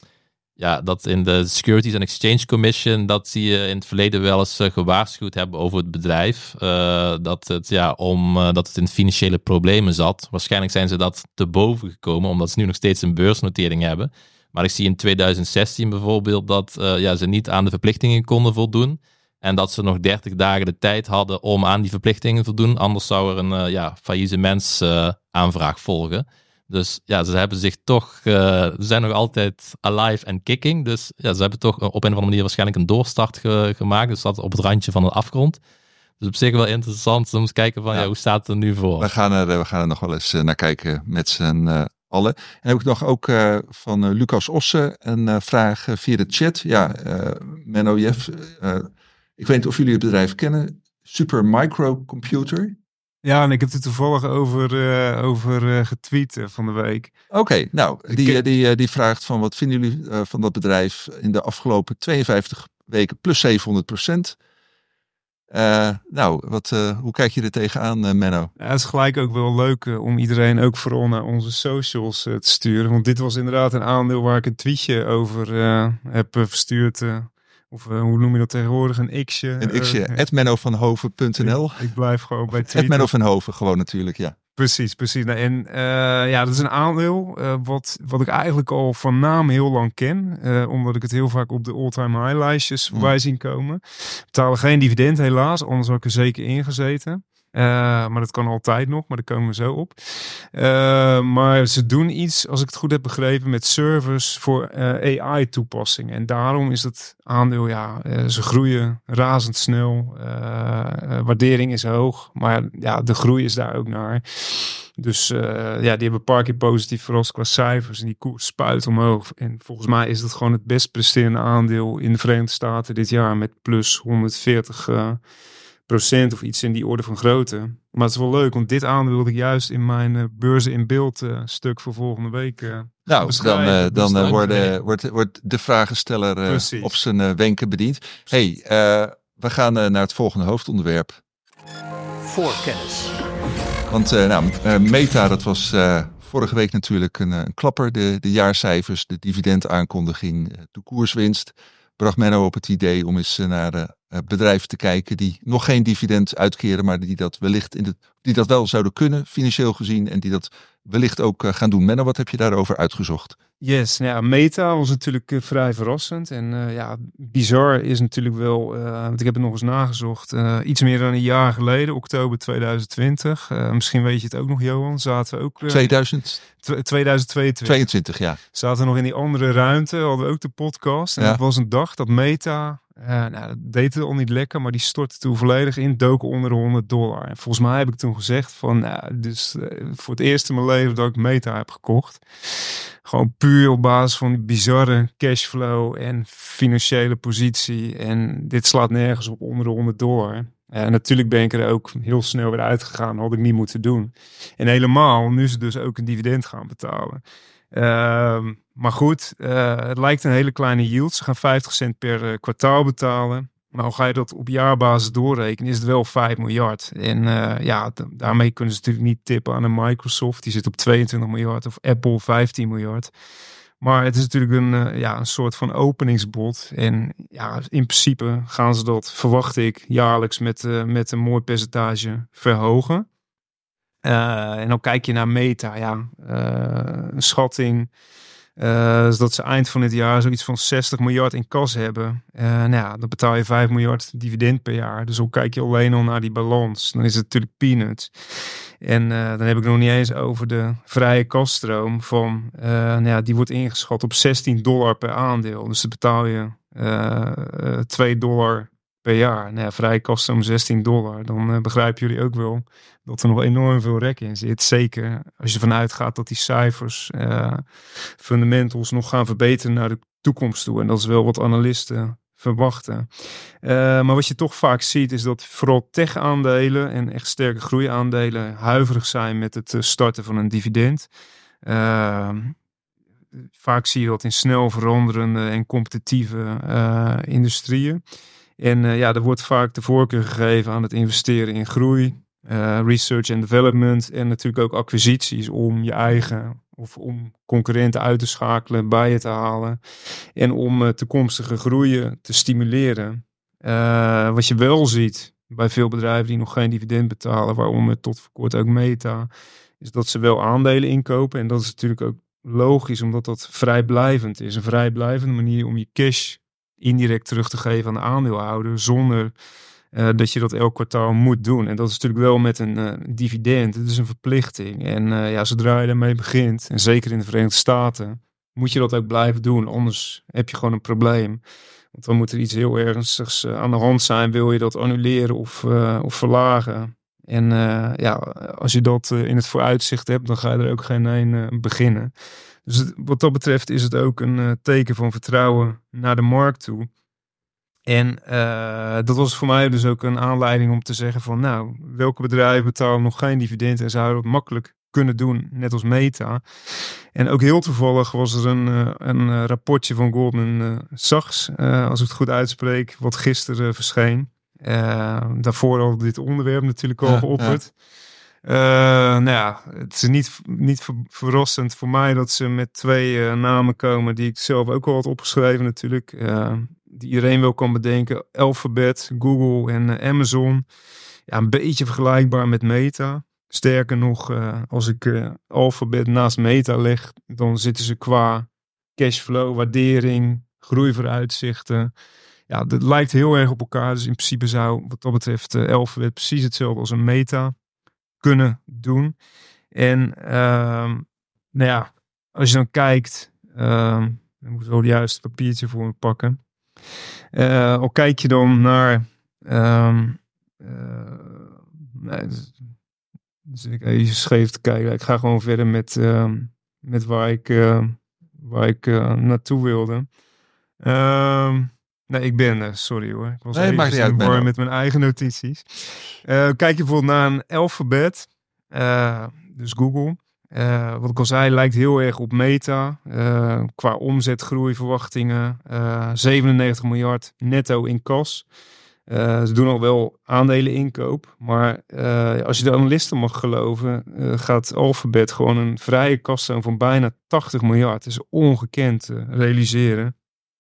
ja, dat in de Securities and Exchange Commission, dat zie je in het verleden wel eens uh, gewaarschuwd hebben over het bedrijf. Uh, dat, het, ja, om, uh, dat het in financiële problemen zat. Waarschijnlijk zijn ze dat te boven gekomen, omdat ze nu nog steeds een beursnotering hebben. Maar ik zie in twintig zestien bijvoorbeeld dat uh, ja, ze niet aan de verplichtingen konden voldoen. En dat ze nog dertig dagen de tijd hadden om aan die verplichtingen te voldoen. Anders zou er een uh, ja, faillissementsaanvraag uh, volgen. Dus ja, ze hebben zich toch, uh, ze zijn nog altijd alive en kicking. Dus ja, ze hebben toch op een of andere manier waarschijnlijk een doorstart ge- gemaakt. Dus dat op het randje van een afgrond. Dus op zich wel interessant om eens kijken van ja. Ja, hoe staat het er nu voor? We gaan er, we gaan er nog wel eens naar kijken met z'n uh, allen. En heb ik nog ook uh, van uh, Lucas Osse een uh, vraag uh, via de chat. Ja, uh, Menno, Jeff, uh, ik weet niet of jullie het bedrijf kennen. Super Micro Computer. Ja, en ik heb er toevallig over, uh, over uh, getweet uh, van de week. Oké, okay, nou, die, ik, die, die vraagt van wat vinden jullie uh, van dat bedrijf in de afgelopen tweeënvijftig weken plus zevenhonderd procent? Uh, nou, wat, uh, hoe kijk je er tegenaan, uh, Menno? Ja, het is gelijk ook wel leuk uh, om iedereen ook vooral naar onze socials uh, te sturen. Want dit was inderdaad een aandeel waar ik een tweetje over uh, heb uh, verstuurd. Uh, Of uh, hoe noem je dat tegenwoordig? Een x'je. Een x'je. Uh, at mennovanhoven punt n l. Ik, ik blijf gewoon bij tweeten. At Menno van Hoven gewoon natuurlijk, ja. Precies, precies. Nou, en uh, ja, dat is een aandeel uh, wat, wat ik eigenlijk al van naam heel lang ken. Uh, omdat ik het heel vaak op de all-time high lijstjes voorbij mm. zien komen. Betalen geen dividend helaas, anders had ik er zeker in gezeten. Uh, maar dat kan altijd nog, maar daar komen we zo op. Uh, maar ze doen iets, als ik het goed heb begrepen, met servers voor uh, A I-toepassingen. En daarom is het aandeel, ja, uh, ze groeien razendsnel. Uh, uh, waardering is hoog, maar ja, de groei is daar ook naar. Dus uh, ja, die hebben een paar keer positief verrast qua cijfers. En die koers spuit omhoog. En volgens mij is het gewoon het best presterende aandeel in de Verenigde Staten dit jaar met plus honderdveertig uh, procent of iets in die orde van grootte. Maar het is wel leuk, want dit aandeel wilde ik juist in mijn uh, beurzen in beeld uh, stuk voor volgende week uh, Nou, dan, uh, dan uh, worden, wordt, wordt de vragensteller uh, op zijn uh, wenken bediend. Hey, uh, we gaan uh, naar het volgende hoofdonderwerp. Voorkennis. Want uh, nou, uh, Meta, dat was uh, vorige week natuurlijk een, een klapper. De, de jaarcijfers, de dividendaankondiging, de koerswinst. Bracht Menno op het idee om eens naar uh, bedrijven te kijken die nog geen dividend uitkeren, maar die dat wellicht in de, die dat wel zouden kunnen, financieel gezien, en die dat wellicht ook uh, gaan doen. Menno, wat heb je daarover uitgezocht? Yes, nou ja, Meta was natuurlijk uh, vrij verrassend. En uh, ja, bizar is natuurlijk wel, uh, want ik heb het nog eens nagezocht, uh, iets meer dan een jaar geleden, oktober tweeduizend twintig. Uh, misschien weet je het ook nog, Johan, zaten we ook... Uh, tweeduizend tweeduizend tweeëntwintig. tweeëntwintig, ja. Zaten we nog in die andere ruimte, hadden we ook de podcast. En ja. Het was een dag dat Meta, uh, nou, dat deed het al niet lekker, maar die stortte toen volledig in, doken onder de honderd dollar. En volgens mij heb ik toen gezegd van, nou, dus uh, voor het eerst in mijn leven dat ik Meta heb gekocht. Gewoon puur op basis van die bizarre cashflow en financiële positie. En dit slaat nergens op onder de honderd dollar. En natuurlijk ben ik er ook heel snel weer uitgegaan. Had ik niet moeten doen. En helemaal, nu ze dus ook een dividend gaan betalen. Uh, maar goed, uh, het lijkt een hele kleine yield. Ze gaan vijftig cent per uh, kwartaal betalen. Nou, ga je dat op jaarbasis doorrekenen, is het wel vijf miljard. En uh, ja, d- daarmee kunnen ze natuurlijk niet tippen aan een Microsoft. Die zit op tweeëntwintig miljard of Apple vijftien miljard. Maar het is natuurlijk een, uh, ja, een soort van openingsbod. En ja, in principe gaan ze dat, verwacht ik, jaarlijks met, uh, met een mooi percentage verhogen. Uh, en dan kijk je naar Meta, ja, uh, een schatting... Uh, dus dat ze eind van dit jaar zoiets van zestig miljard in kas hebben. Uh, nou ja, dan betaal je vijf miljard dividend per jaar. Dus dan kijk je alleen al naar die balans. Dan is het natuurlijk peanuts. En uh, dan heb ik nog niet eens over de vrije kasstroom van, uh, nou ja, die wordt ingeschat op zestien dollar per aandeel. Dus dan betaal je uh, uh, twee dollar per jaar. Nou ja, vrije kasstroom zestien dollar. Dan uh, begrijpen jullie ook wel dat er nog enorm veel rek in zit. Zeker als je vanuit gaat dat die cijfers, uh, fundamentals nog gaan verbeteren naar de toekomst toe. En dat is wel wat analisten verwachten. Uh, maar wat je toch vaak ziet is dat vooral tech-aandelen en echt sterke groeiaandelen huiverig zijn met het starten van een dividend. Uh, vaak zie je dat in snel veranderende en competitieve uh, industrieën. En uh, ja, er wordt vaak de voorkeur gegeven aan het investeren in groei, uh, research and development en natuurlijk ook acquisities om je eigen of om concurrenten uit te schakelen, bij je te halen en om uh, toekomstige groeien te stimuleren. Uh, wat je wel ziet bij veel bedrijven die nog geen dividend betalen, waaronder tot voor kort ook Meta, is dat ze wel aandelen inkopen. En dat is natuurlijk ook logisch, omdat dat vrijblijvend is. Een vrijblijvende manier om je cash indirect terug te geven aan de aandeelhouder, zonder uh, dat je dat elk kwartaal moet doen. En dat is natuurlijk wel met een uh, dividend. Het is een verplichting. En uh, ja, zodra je daarmee begint, en zeker in de Verenigde Staten, moet je dat ook blijven doen. Anders heb je gewoon een probleem. Want dan moet er iets heel ernstigs uh, aan de hand zijn. Wil je dat annuleren of, uh, of verlagen? En uh, ja, als je dat uh, in het vooruitzicht hebt, dan ga je er ook geen een uh, beginnen. Dus het, wat dat betreft is het ook een uh, teken van vertrouwen naar de markt toe. En uh, dat was voor mij dus ook een aanleiding om te zeggen van nou, welke bedrijven betalen nog geen dividend en zouden dat makkelijk kunnen doen, net als Meta. En ook heel toevallig was er een, uh, een uh, rapportje van Goldman uh, Sachs, uh, als ik het goed uitspreek, wat gisteren uh, verscheen. Uh, daarvoor al dit onderwerp natuurlijk al ja, geopperd. Ja. Uh, nou ja, het is niet, niet ver, verrassend voor mij dat ze met twee uh, namen komen die ik zelf ook al had opgeschreven natuurlijk. Uh, die iedereen wel kan bedenken. Alphabet, Google en uh, Amazon. Ja, een beetje vergelijkbaar met Meta. Sterker nog, uh, als ik uh, Alphabet naast Meta leg, dan zitten ze qua cashflow, waardering, groeivooruitzichten. Ja, dat lijkt heel erg op elkaar. Dus in principe zou wat dat betreft uh, Alphabet precies hetzelfde als een Meta kunnen doen. En uh, nou ja, als je dan kijkt, uh, ik moet wel juist het papiertje voor me pakken. Uh, al kijk je dan naar, um, uh, nee, dus, dus ik even scheef te kijken. Ik ga gewoon verder met, uh, met waar ik, uh, waar ik uh, naartoe wilde. Uh, Nee, ik ben er. Sorry hoor. Ik was nee, even in de war met mijn eigen notities. Uh, kijk je bijvoorbeeld naar een Alphabet. Uh, dus Google. Uh, wat ik al zei, lijkt heel erg op Meta. Uh, qua omzetgroeiverwachtingen. Uh, zevenennegentig miljard netto in kas. Uh, ze doen al wel aandelen inkoop. Maar uh, als je de analisten mag geloven, uh, gaat Alphabet gewoon een vrije kasstoon van bijna tachtig miljard. Dat is ongekend uh, realiseren.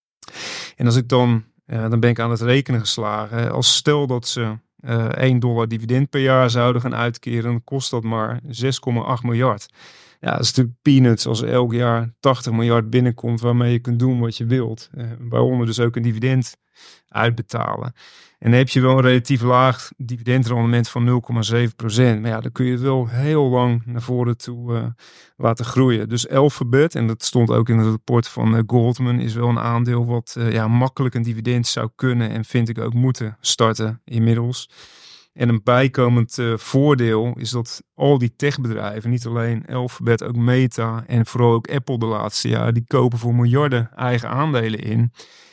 En als ik dan, uh, dan ben ik aan het rekenen geslagen. Als stel dat ze uh, één dollar dividend per jaar zouden gaan uitkeren, dan kost dat maar zes komma acht miljard. Ja, dat is natuurlijk peanuts als er elk jaar tachtig miljard binnenkomt waarmee je kunt doen wat je wilt. Uh, waaronder dus ook een dividend uitbetalen. En dan heb je wel een relatief laag dividendrendement van nul komma zeven procent. Maar ja, dan kun je het wel heel lang naar voren toe uh, laten groeien. Dus Alphabet, en dat stond ook in het rapport van uh, Goldman, is wel een aandeel wat uh, ja, makkelijk een dividend zou kunnen en vind ik ook moeten starten inmiddels. En een bijkomend uh, voordeel is dat al die techbedrijven, niet alleen Alphabet, ook Meta en vooral ook Apple de laatste jaar, die kopen voor miljarden eigen aandelen in.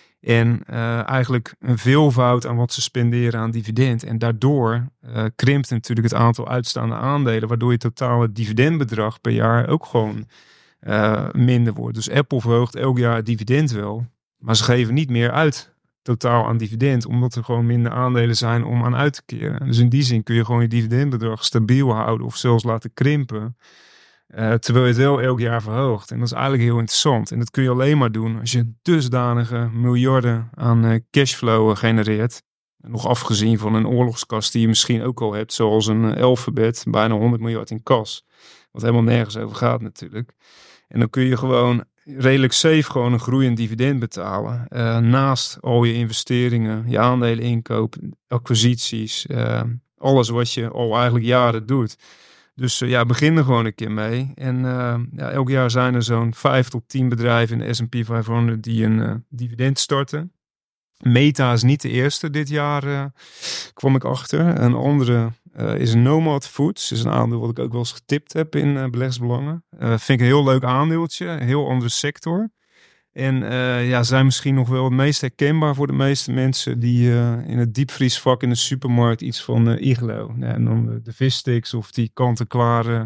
En uh, eigenlijk een veelvoud aan wat ze spenderen aan dividend. En daardoor uh, krimpt natuurlijk het aantal uitstaande aandelen, waardoor je totale dividendbedrag per jaar ook gewoon uh, minder wordt. Dus Apple verhoogt elk jaar het dividend wel, maar ze geven niet meer uit totaal aan dividend, omdat er gewoon minder aandelen zijn om aan uit te keren. Dus in die zin kun je gewoon je dividendbedrag stabiel houden of zelfs laten krimpen. Uh, terwijl je het wel elk jaar verhoogt. En dat is eigenlijk heel interessant. En dat kun je alleen maar doen als je dusdanige miljarden aan uh, cashflow genereert. Nog afgezien van een oorlogskast die je misschien ook al hebt. Zoals een uh, Alphabet, bijna honderd miljard in kas. Wat helemaal nergens over gaat natuurlijk. En dan kun je gewoon redelijk safe gewoon een groeiend dividend betalen. Uh, naast al je investeringen, je aandelen inkoop, acquisities. Uh, alles wat je al eigenlijk jaren doet. Dus uh, ja, begin er gewoon een keer mee. En uh, ja, elk jaar zijn er zo'n vijf tot tien bedrijven in de S en P vijfhonderd die een uh, dividend starten. Meta is niet de eerste dit jaar, uh, kwam ik achter. Een andere uh, is Nomad Foods. Dat is een aandeel wat ik ook wel eens getipt heb in uh, beleggersbelangen. Uh, vind ik een heel leuk aandeeltje, een heel andere sector. En uh, ja, zijn misschien nog wel het meest herkenbaar voor de meeste mensen die uh, in het diepvriesvak in de supermarkt iets van uh, Iglo. Ja, en dan de, de vissticks of die kant-en-klare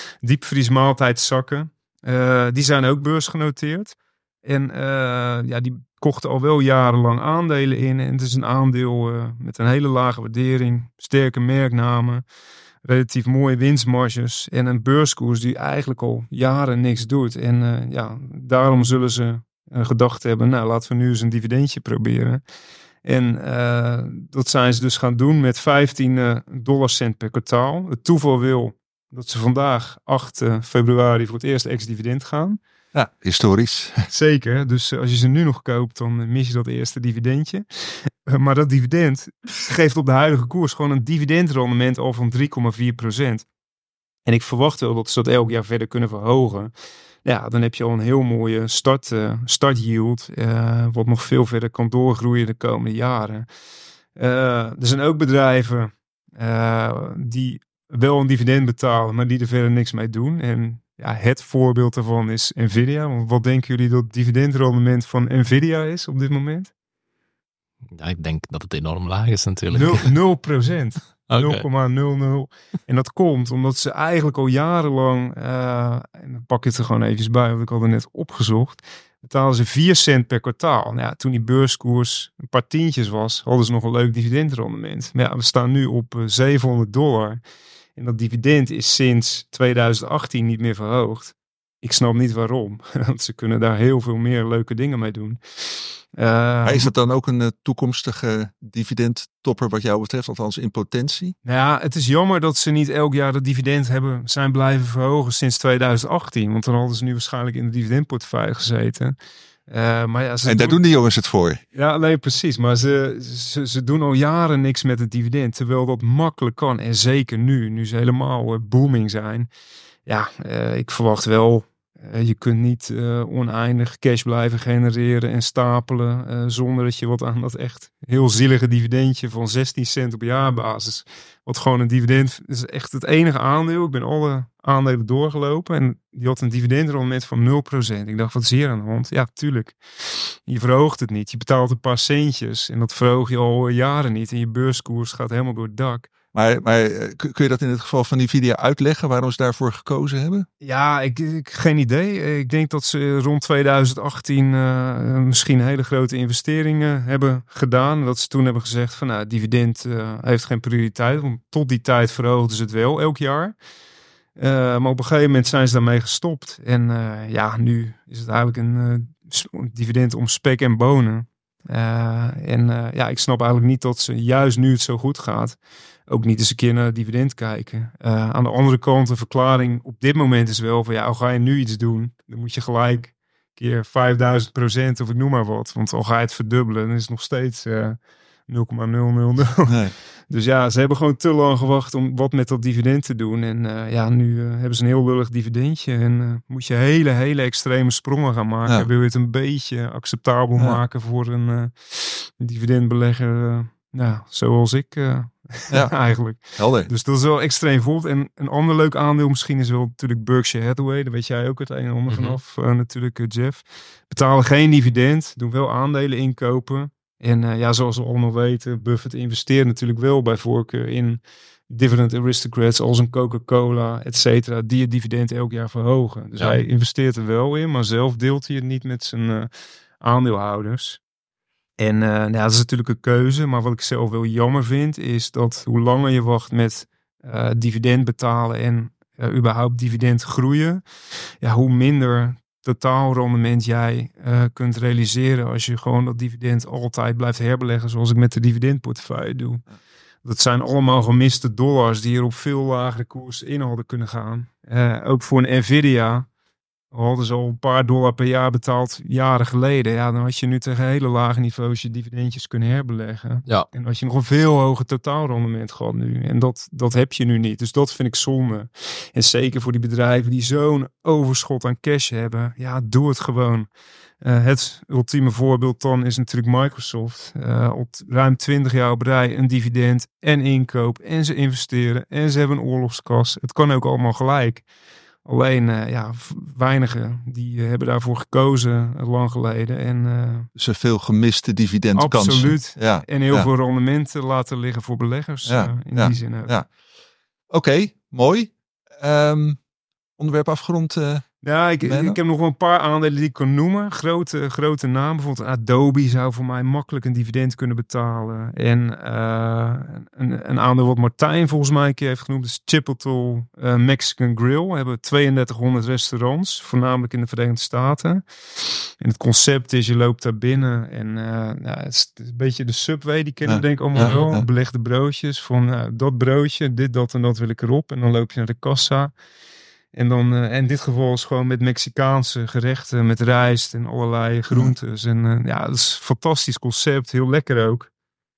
diepvriesmaaltijdzakken. Uh, die zijn ook beursgenoteerd. En uh, ja, die kochten al wel jarenlang aandelen in. En het is een aandeel uh, met een hele lage waardering, sterke merknamen, relatief mooie winstmarges en een beurskoers die eigenlijk al jaren niks doet. En uh, ja, daarom zullen ze uh, gedacht hebben, nou laten we nu eens een dividendje proberen. En uh, dat zijn ze dus gaan doen met vijftien dollarcent per kwartaal. Het toeval wil dat ze vandaag acht februari voor het eerst ex-dividend gaan. Ja, historisch. Zeker, dus als je ze nu nog koopt, dan mis je dat eerste dividendje. Maar dat dividend geeft op de huidige koers gewoon een dividendrendement al van drie komma vier procent. En ik verwacht wel dat ze dat elk jaar verder kunnen verhogen. Ja, dan heb je al een heel mooie start, uh, start yield, uh, wat nog veel verder kan doorgroeien de komende jaren. Uh, er zijn ook bedrijven uh, die wel een dividend betalen, maar die er verder niks mee doen. En ja, het voorbeeld daarvan is Nvidia. Want wat denken jullie dat het dividendrendement van Nvidia is op dit moment? Ja, ik denk dat het enorm laag is natuurlijk. nul procent. Okay. nul komma nul nul. En dat komt omdat ze eigenlijk al jarenlang, uh, en dan pak ik het er gewoon even bij, want ik had er net opgezocht, betalen ze vier cent per kwartaal. Nou ja, toen die beurskoers een paar tientjes was, hadden ze nog een leuk dividendrendement. Maar ja, we staan nu op uh, zevenhonderd dollar. En dat dividend is sinds tweeduizend achttien niet meer verhoogd. Ik snap niet waarom. Want ze kunnen daar heel veel meer leuke dingen mee doen. Uh, maar is dat dan ook een uh, toekomstige dividendtopper wat jou betreft, althans in potentie? Nou ja, het is jammer dat ze niet elk jaar dat dividend hebben zijn blijven verhogen sinds tweeduizend achttien. Want dan hadden ze nu waarschijnlijk in de dividendportefeuille gezeten. Uh, maar ja, ze en daar doen, doen die jongens het voor. Ja, nee, precies. Maar ze, ze, ze doen al jaren niks met het dividend. Terwijl dat makkelijk kan. En zeker nu, nu ze helemaal uh, booming zijn. Ja, uh, ik verwacht wel... Uh, je kunt niet uh, oneindig cash blijven genereren en stapelen uh, zonder dat je wat aan dat echt heel zielige dividendje van zestien cent op jaarbasis. Wat gewoon een dividend is echt het enige aandeel. Ik ben alle aandelen doorgelopen en die had een dividendrendement van nul procent. Ik dacht, wat is hier aan de hand? Ja, tuurlijk. Je verhoogt het niet. Je betaalt een paar centjes en dat verhoog je al jaren niet. En je beurskoers gaat helemaal door het dak. Maar, maar kun je dat in het geval van Nvidia uitleggen waarom ze daarvoor gekozen hebben? Ja, ik, ik geen idee. Ik denk dat ze rond tweeduizend achttien uh, misschien hele grote investeringen hebben gedaan. Dat ze toen hebben gezegd van nou, dividend uh, heeft geen prioriteit. Want tot die tijd verhoogden ze het wel elk jaar. Uh, maar op een gegeven moment zijn ze daarmee gestopt. En uh, ja, nu is het eigenlijk een uh, dividend om spek en bonen. Uh, en uh, ja, ik snap eigenlijk niet dat ze juist nu het zo goed gaat ook niet eens een keer naar het dividend kijken. Uh, aan de andere kant, de verklaring op dit moment is wel van ja, al ga je nu iets doen, dan moet je gelijk keer vijfduizend procent of ik noem maar wat. Want al ga je het verdubbelen, dan is het nog steeds uh, nul komma nul nul nul. Nee. Dus ja, ze hebben gewoon te lang gewacht om wat met dat dividend te doen. En uh, ja, nu uh, hebben ze een heel lullig dividendje. En uh, moet je hele, hele extreme sprongen gaan maken. Ja. Wil je het een beetje acceptabel ja. maken voor een uh, dividendbelegger uh, nou, zoals ik uh, ja. eigenlijk. Helder. Dus dat is wel extreem voorbeeld. En een ander leuk aandeel misschien is wel natuurlijk Berkshire Hathaway. Daar weet jij ook het een en ander mm-hmm. vanaf. Uh, natuurlijk uh, Jeff. Betalen geen dividend. Doen wel aandelen inkopen. En uh, ja, zoals we allemaal weten, Buffett investeert natuurlijk wel bij voorkeur in dividend aristocrats als een Coca-Cola, et cetera, die het dividend elk jaar verhogen. Dus ja. hij investeert er wel in, maar zelf deelt hij het niet met zijn uh, aandeelhouders. En uh, nou ja, dat is natuurlijk een keuze, maar wat ik zelf wel jammer vind, is dat hoe langer je wacht met uh, dividend betalen en uh, überhaupt dividend groeien, ja, hoe minder totaalrendement jij uh, kunt realiseren als je gewoon dat dividend altijd blijft herbeleggen zoals ik met de dividendportefeuille doe. Dat zijn allemaal gemiste dollars die er op veel lagere koers in hadden kunnen gaan. Uh, ook voor een Nvidia hadden ze al een paar dollar per jaar betaald jaren geleden. Ja, dan had je nu tegen hele lage niveaus je dividendjes kunnen herbeleggen. Ja. En had je nog een veel hoger totaalrendement gehad nu. En dat, dat heb je nu niet. Dus dat vind ik zonde. En zeker voor die bedrijven die zo'n overschot aan cash hebben. Ja, doe het gewoon. Uh, het ultieme voorbeeld dan is natuurlijk Microsoft. Uh, op ruim twintig jaar op rij een dividend en inkoop. En ze investeren. En ze hebben een oorlogskas. Het kan ook allemaal gelijk. Alleen, uh, ja, weinigen die uh, hebben daarvoor gekozen uh, lang geleden. En uh, zoveel gemiste dividendkansen. Absoluut. Ja, en heel ja. veel rendementen laten liggen voor beleggers. Ja, uh, in ja, die zin ook. Ja. Oké, okay, mooi. Um, onderwerp afgerond. Uh, ja, ik, ik heb nog wel een paar aandelen die ik kan noemen. Grote, grote namen. Bijvoorbeeld Adobe zou voor mij makkelijk een dividend kunnen betalen. En uh, een, een aandeel wat Martijn volgens mij een keer heeft genoemd is Chipotle uh, Mexican Grill. We hebben tweeëndertighonderd restaurants, voornamelijk in de Verenigde Staten. En het concept is, je loopt daar binnen en uh, nou, het is een beetje de Subway, die kennen we ja, denk ik allemaal ja, wel. Ja. Belegde broodjes van uh, dat broodje, dit, dat en dat wil ik erop. En dan loop je naar de kassa. En dan, uh, in dit geval is gewoon met Mexicaanse gerechten, met rijst en allerlei groentes. Ja. En uh, ja, dat is een fantastisch concept, heel lekker ook.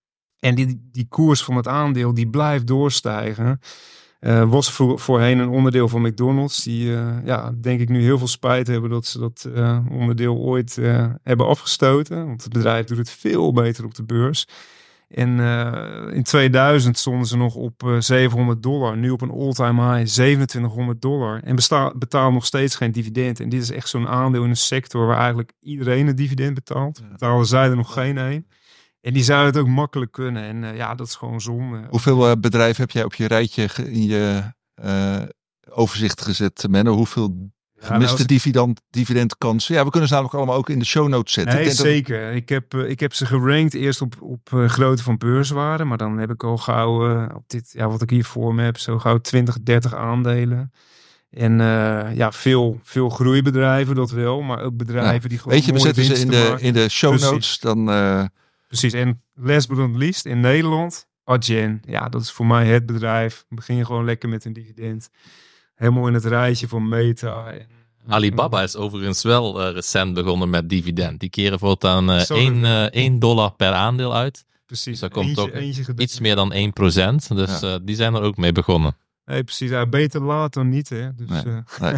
En die, die koers van het aandeel, die blijft doorstijgen. Uh, was voor, voorheen een onderdeel van McDonald's. Die, uh, ja, denk ik nu heel veel spijt hebben dat ze dat uh, onderdeel ooit uh, hebben afgestoten. Want het bedrijf doet het veel beter op de beurs. En uh, in tweeduizend stonden ze nog op uh, zevenhonderd dollar. Nu op een all-time high zevenentwintighonderd dollar. En besta- betalen nog steeds geen dividend. En dit is echt zo'n aandeel in een sector waar eigenlijk iedereen een dividend betaalt. Ja. Betalen zij er nog geen een. En die zouden het ook makkelijk kunnen. En uh, ja, dat is gewoon zonde. Hoeveel uh, bedrijven heb jij op je rijtje in je uh, overzicht gezet, Menno? Hoeveel gemiste ja, nou, dividend, dividendkansen? Ja, we kunnen ze namelijk allemaal ook in de show notes zetten. Nee, ik denk zeker. Dat... Ik, heb, uh, ik heb ze gerankt eerst op, op uh, grootte van beurswaarde. Maar dan heb ik al gauw uh, op dit, ja, wat ik hier voor me heb, zo gauw twintig, dertig aandelen. En uh, ja, veel, veel groeibedrijven, dat wel. Maar ook bedrijven ja, die gewoon weet je, we zetten ze in de, in de show notes. Precies. Dan, uh... Precies. En last but not least, in Nederland, Adyen. Ja, dat is voor mij het bedrijf. Begin je gewoon lekker met een dividend. Helemaal in het rijtje van Meta. En, Alibaba is overigens wel uh, recent begonnen met dividend. Die keren voortaan uh, één dollar per aandeel uit. Precies. Dus dat komt eentje, ook eentje iets meer dan één procent. Dus ja. uh, die zijn er ook mee begonnen. Nee, precies. Ja, beter laat dan niet. Hè? Dus, nee, uh... nee.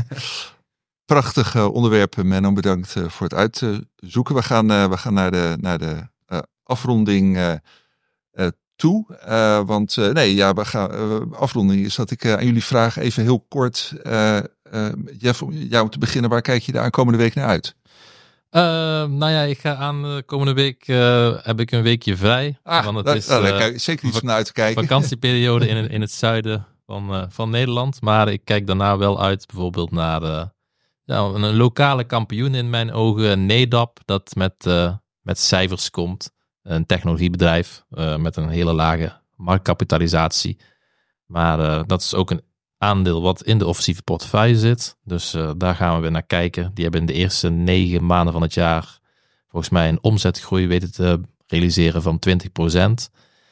Prachtig uh, onderwerp, Menno. Bedankt uh, voor het uitzoeken. We gaan, uh, we gaan naar de, naar de uh, afronding uh, uh, toe. Uh, want uh, nee, ja, we gaan, uh, afronding is dat ik uh, aan jullie vraag even heel kort. Uh, uh, Jeff, om jou te beginnen. Waar kijk je de aankomende week naar uit? Uh, nou ja, ik ga aan de komende week uh, heb ik een weekje vrij. Ah, want het daar, is daar uh, kijk, zeker iets van uit te kijken. Vakantieperiode in, in het zuiden van, uh, van Nederland. Maar ik kijk daarna wel uit bijvoorbeeld naar uh, ja, een lokale kampioen in mijn ogen, Nedap, dat met, uh, met cijfers komt. Een technologiebedrijf uh, met een hele lage marktkapitalisatie. Maar uh, dat is ook een aandeel wat in de offensieve portefeuille zit. Dus uh, daar gaan we weer naar kijken. Die hebben in de eerste negen maanden van het jaar volgens mij een omzetgroei weten te realiseren van twintig procent.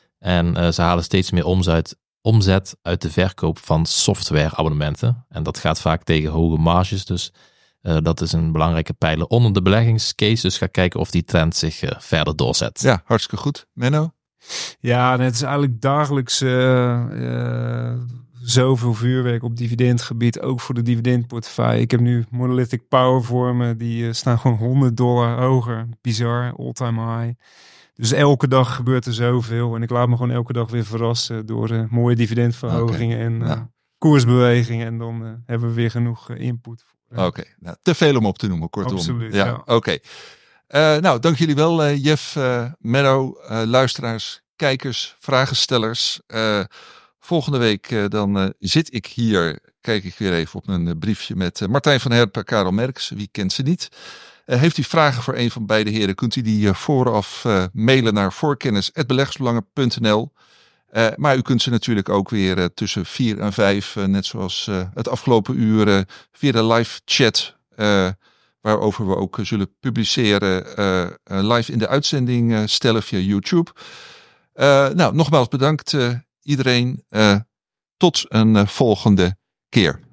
En uh, ze halen steeds meer omzet, omzet uit de verkoop van softwareabonnementen. En dat gaat vaak tegen hoge marges. Dus uh, dat is een belangrijke pijler onder de beleggingscase. Dus ga kijken of die trend zich uh, verder doorzet. Ja, hartstikke goed. Menno? Ja, het is eigenlijk dagelijks uh, uh, zoveel vuurwerk op dividendgebied. Ook voor de dividendportefeuille. Ik heb nu Monolithic Power voor me. Die uh, staan gewoon honderd dollar hoger. Bizar, all-time high. Dus elke dag gebeurt er zoveel. En ik laat me gewoon elke dag weer verrassen door uh, mooie dividendverhogingen okay. en uh, ja. koersbewegingen. En dan uh, hebben we weer genoeg uh, input. Uh. Oké, okay. nou, te veel om op te noemen, kortom. Absoluut, ja. ja. Oké. Okay. Uh, nou, dank jullie wel, uh, Jeff, uh, Menno, uh, luisteraars, kijkers, vragenstellers. Uh, volgende week uh, dan uh, zit ik hier, kijk ik weer even op mijn uh, briefje met uh, Martijn van Herpen, Karel Merks. Wie kent ze niet? Uh, heeft u vragen voor een van beide heren, kunt u die uh, vooraf uh, mailen naar voorkennis apenstaartje beleggersbelangen punt n l. Uh, maar u kunt ze natuurlijk ook weer uh, tussen vier en vijf, uh, net zoals uh, het afgelopen uur, uh, via de live chat, uh, waarover we ook uh, zullen publiceren, uh, uh, live in de uitzending uh, stellen via YouTube. Uh, nou, nogmaals bedankt uh, iedereen. Uh, tot een uh, volgende keer.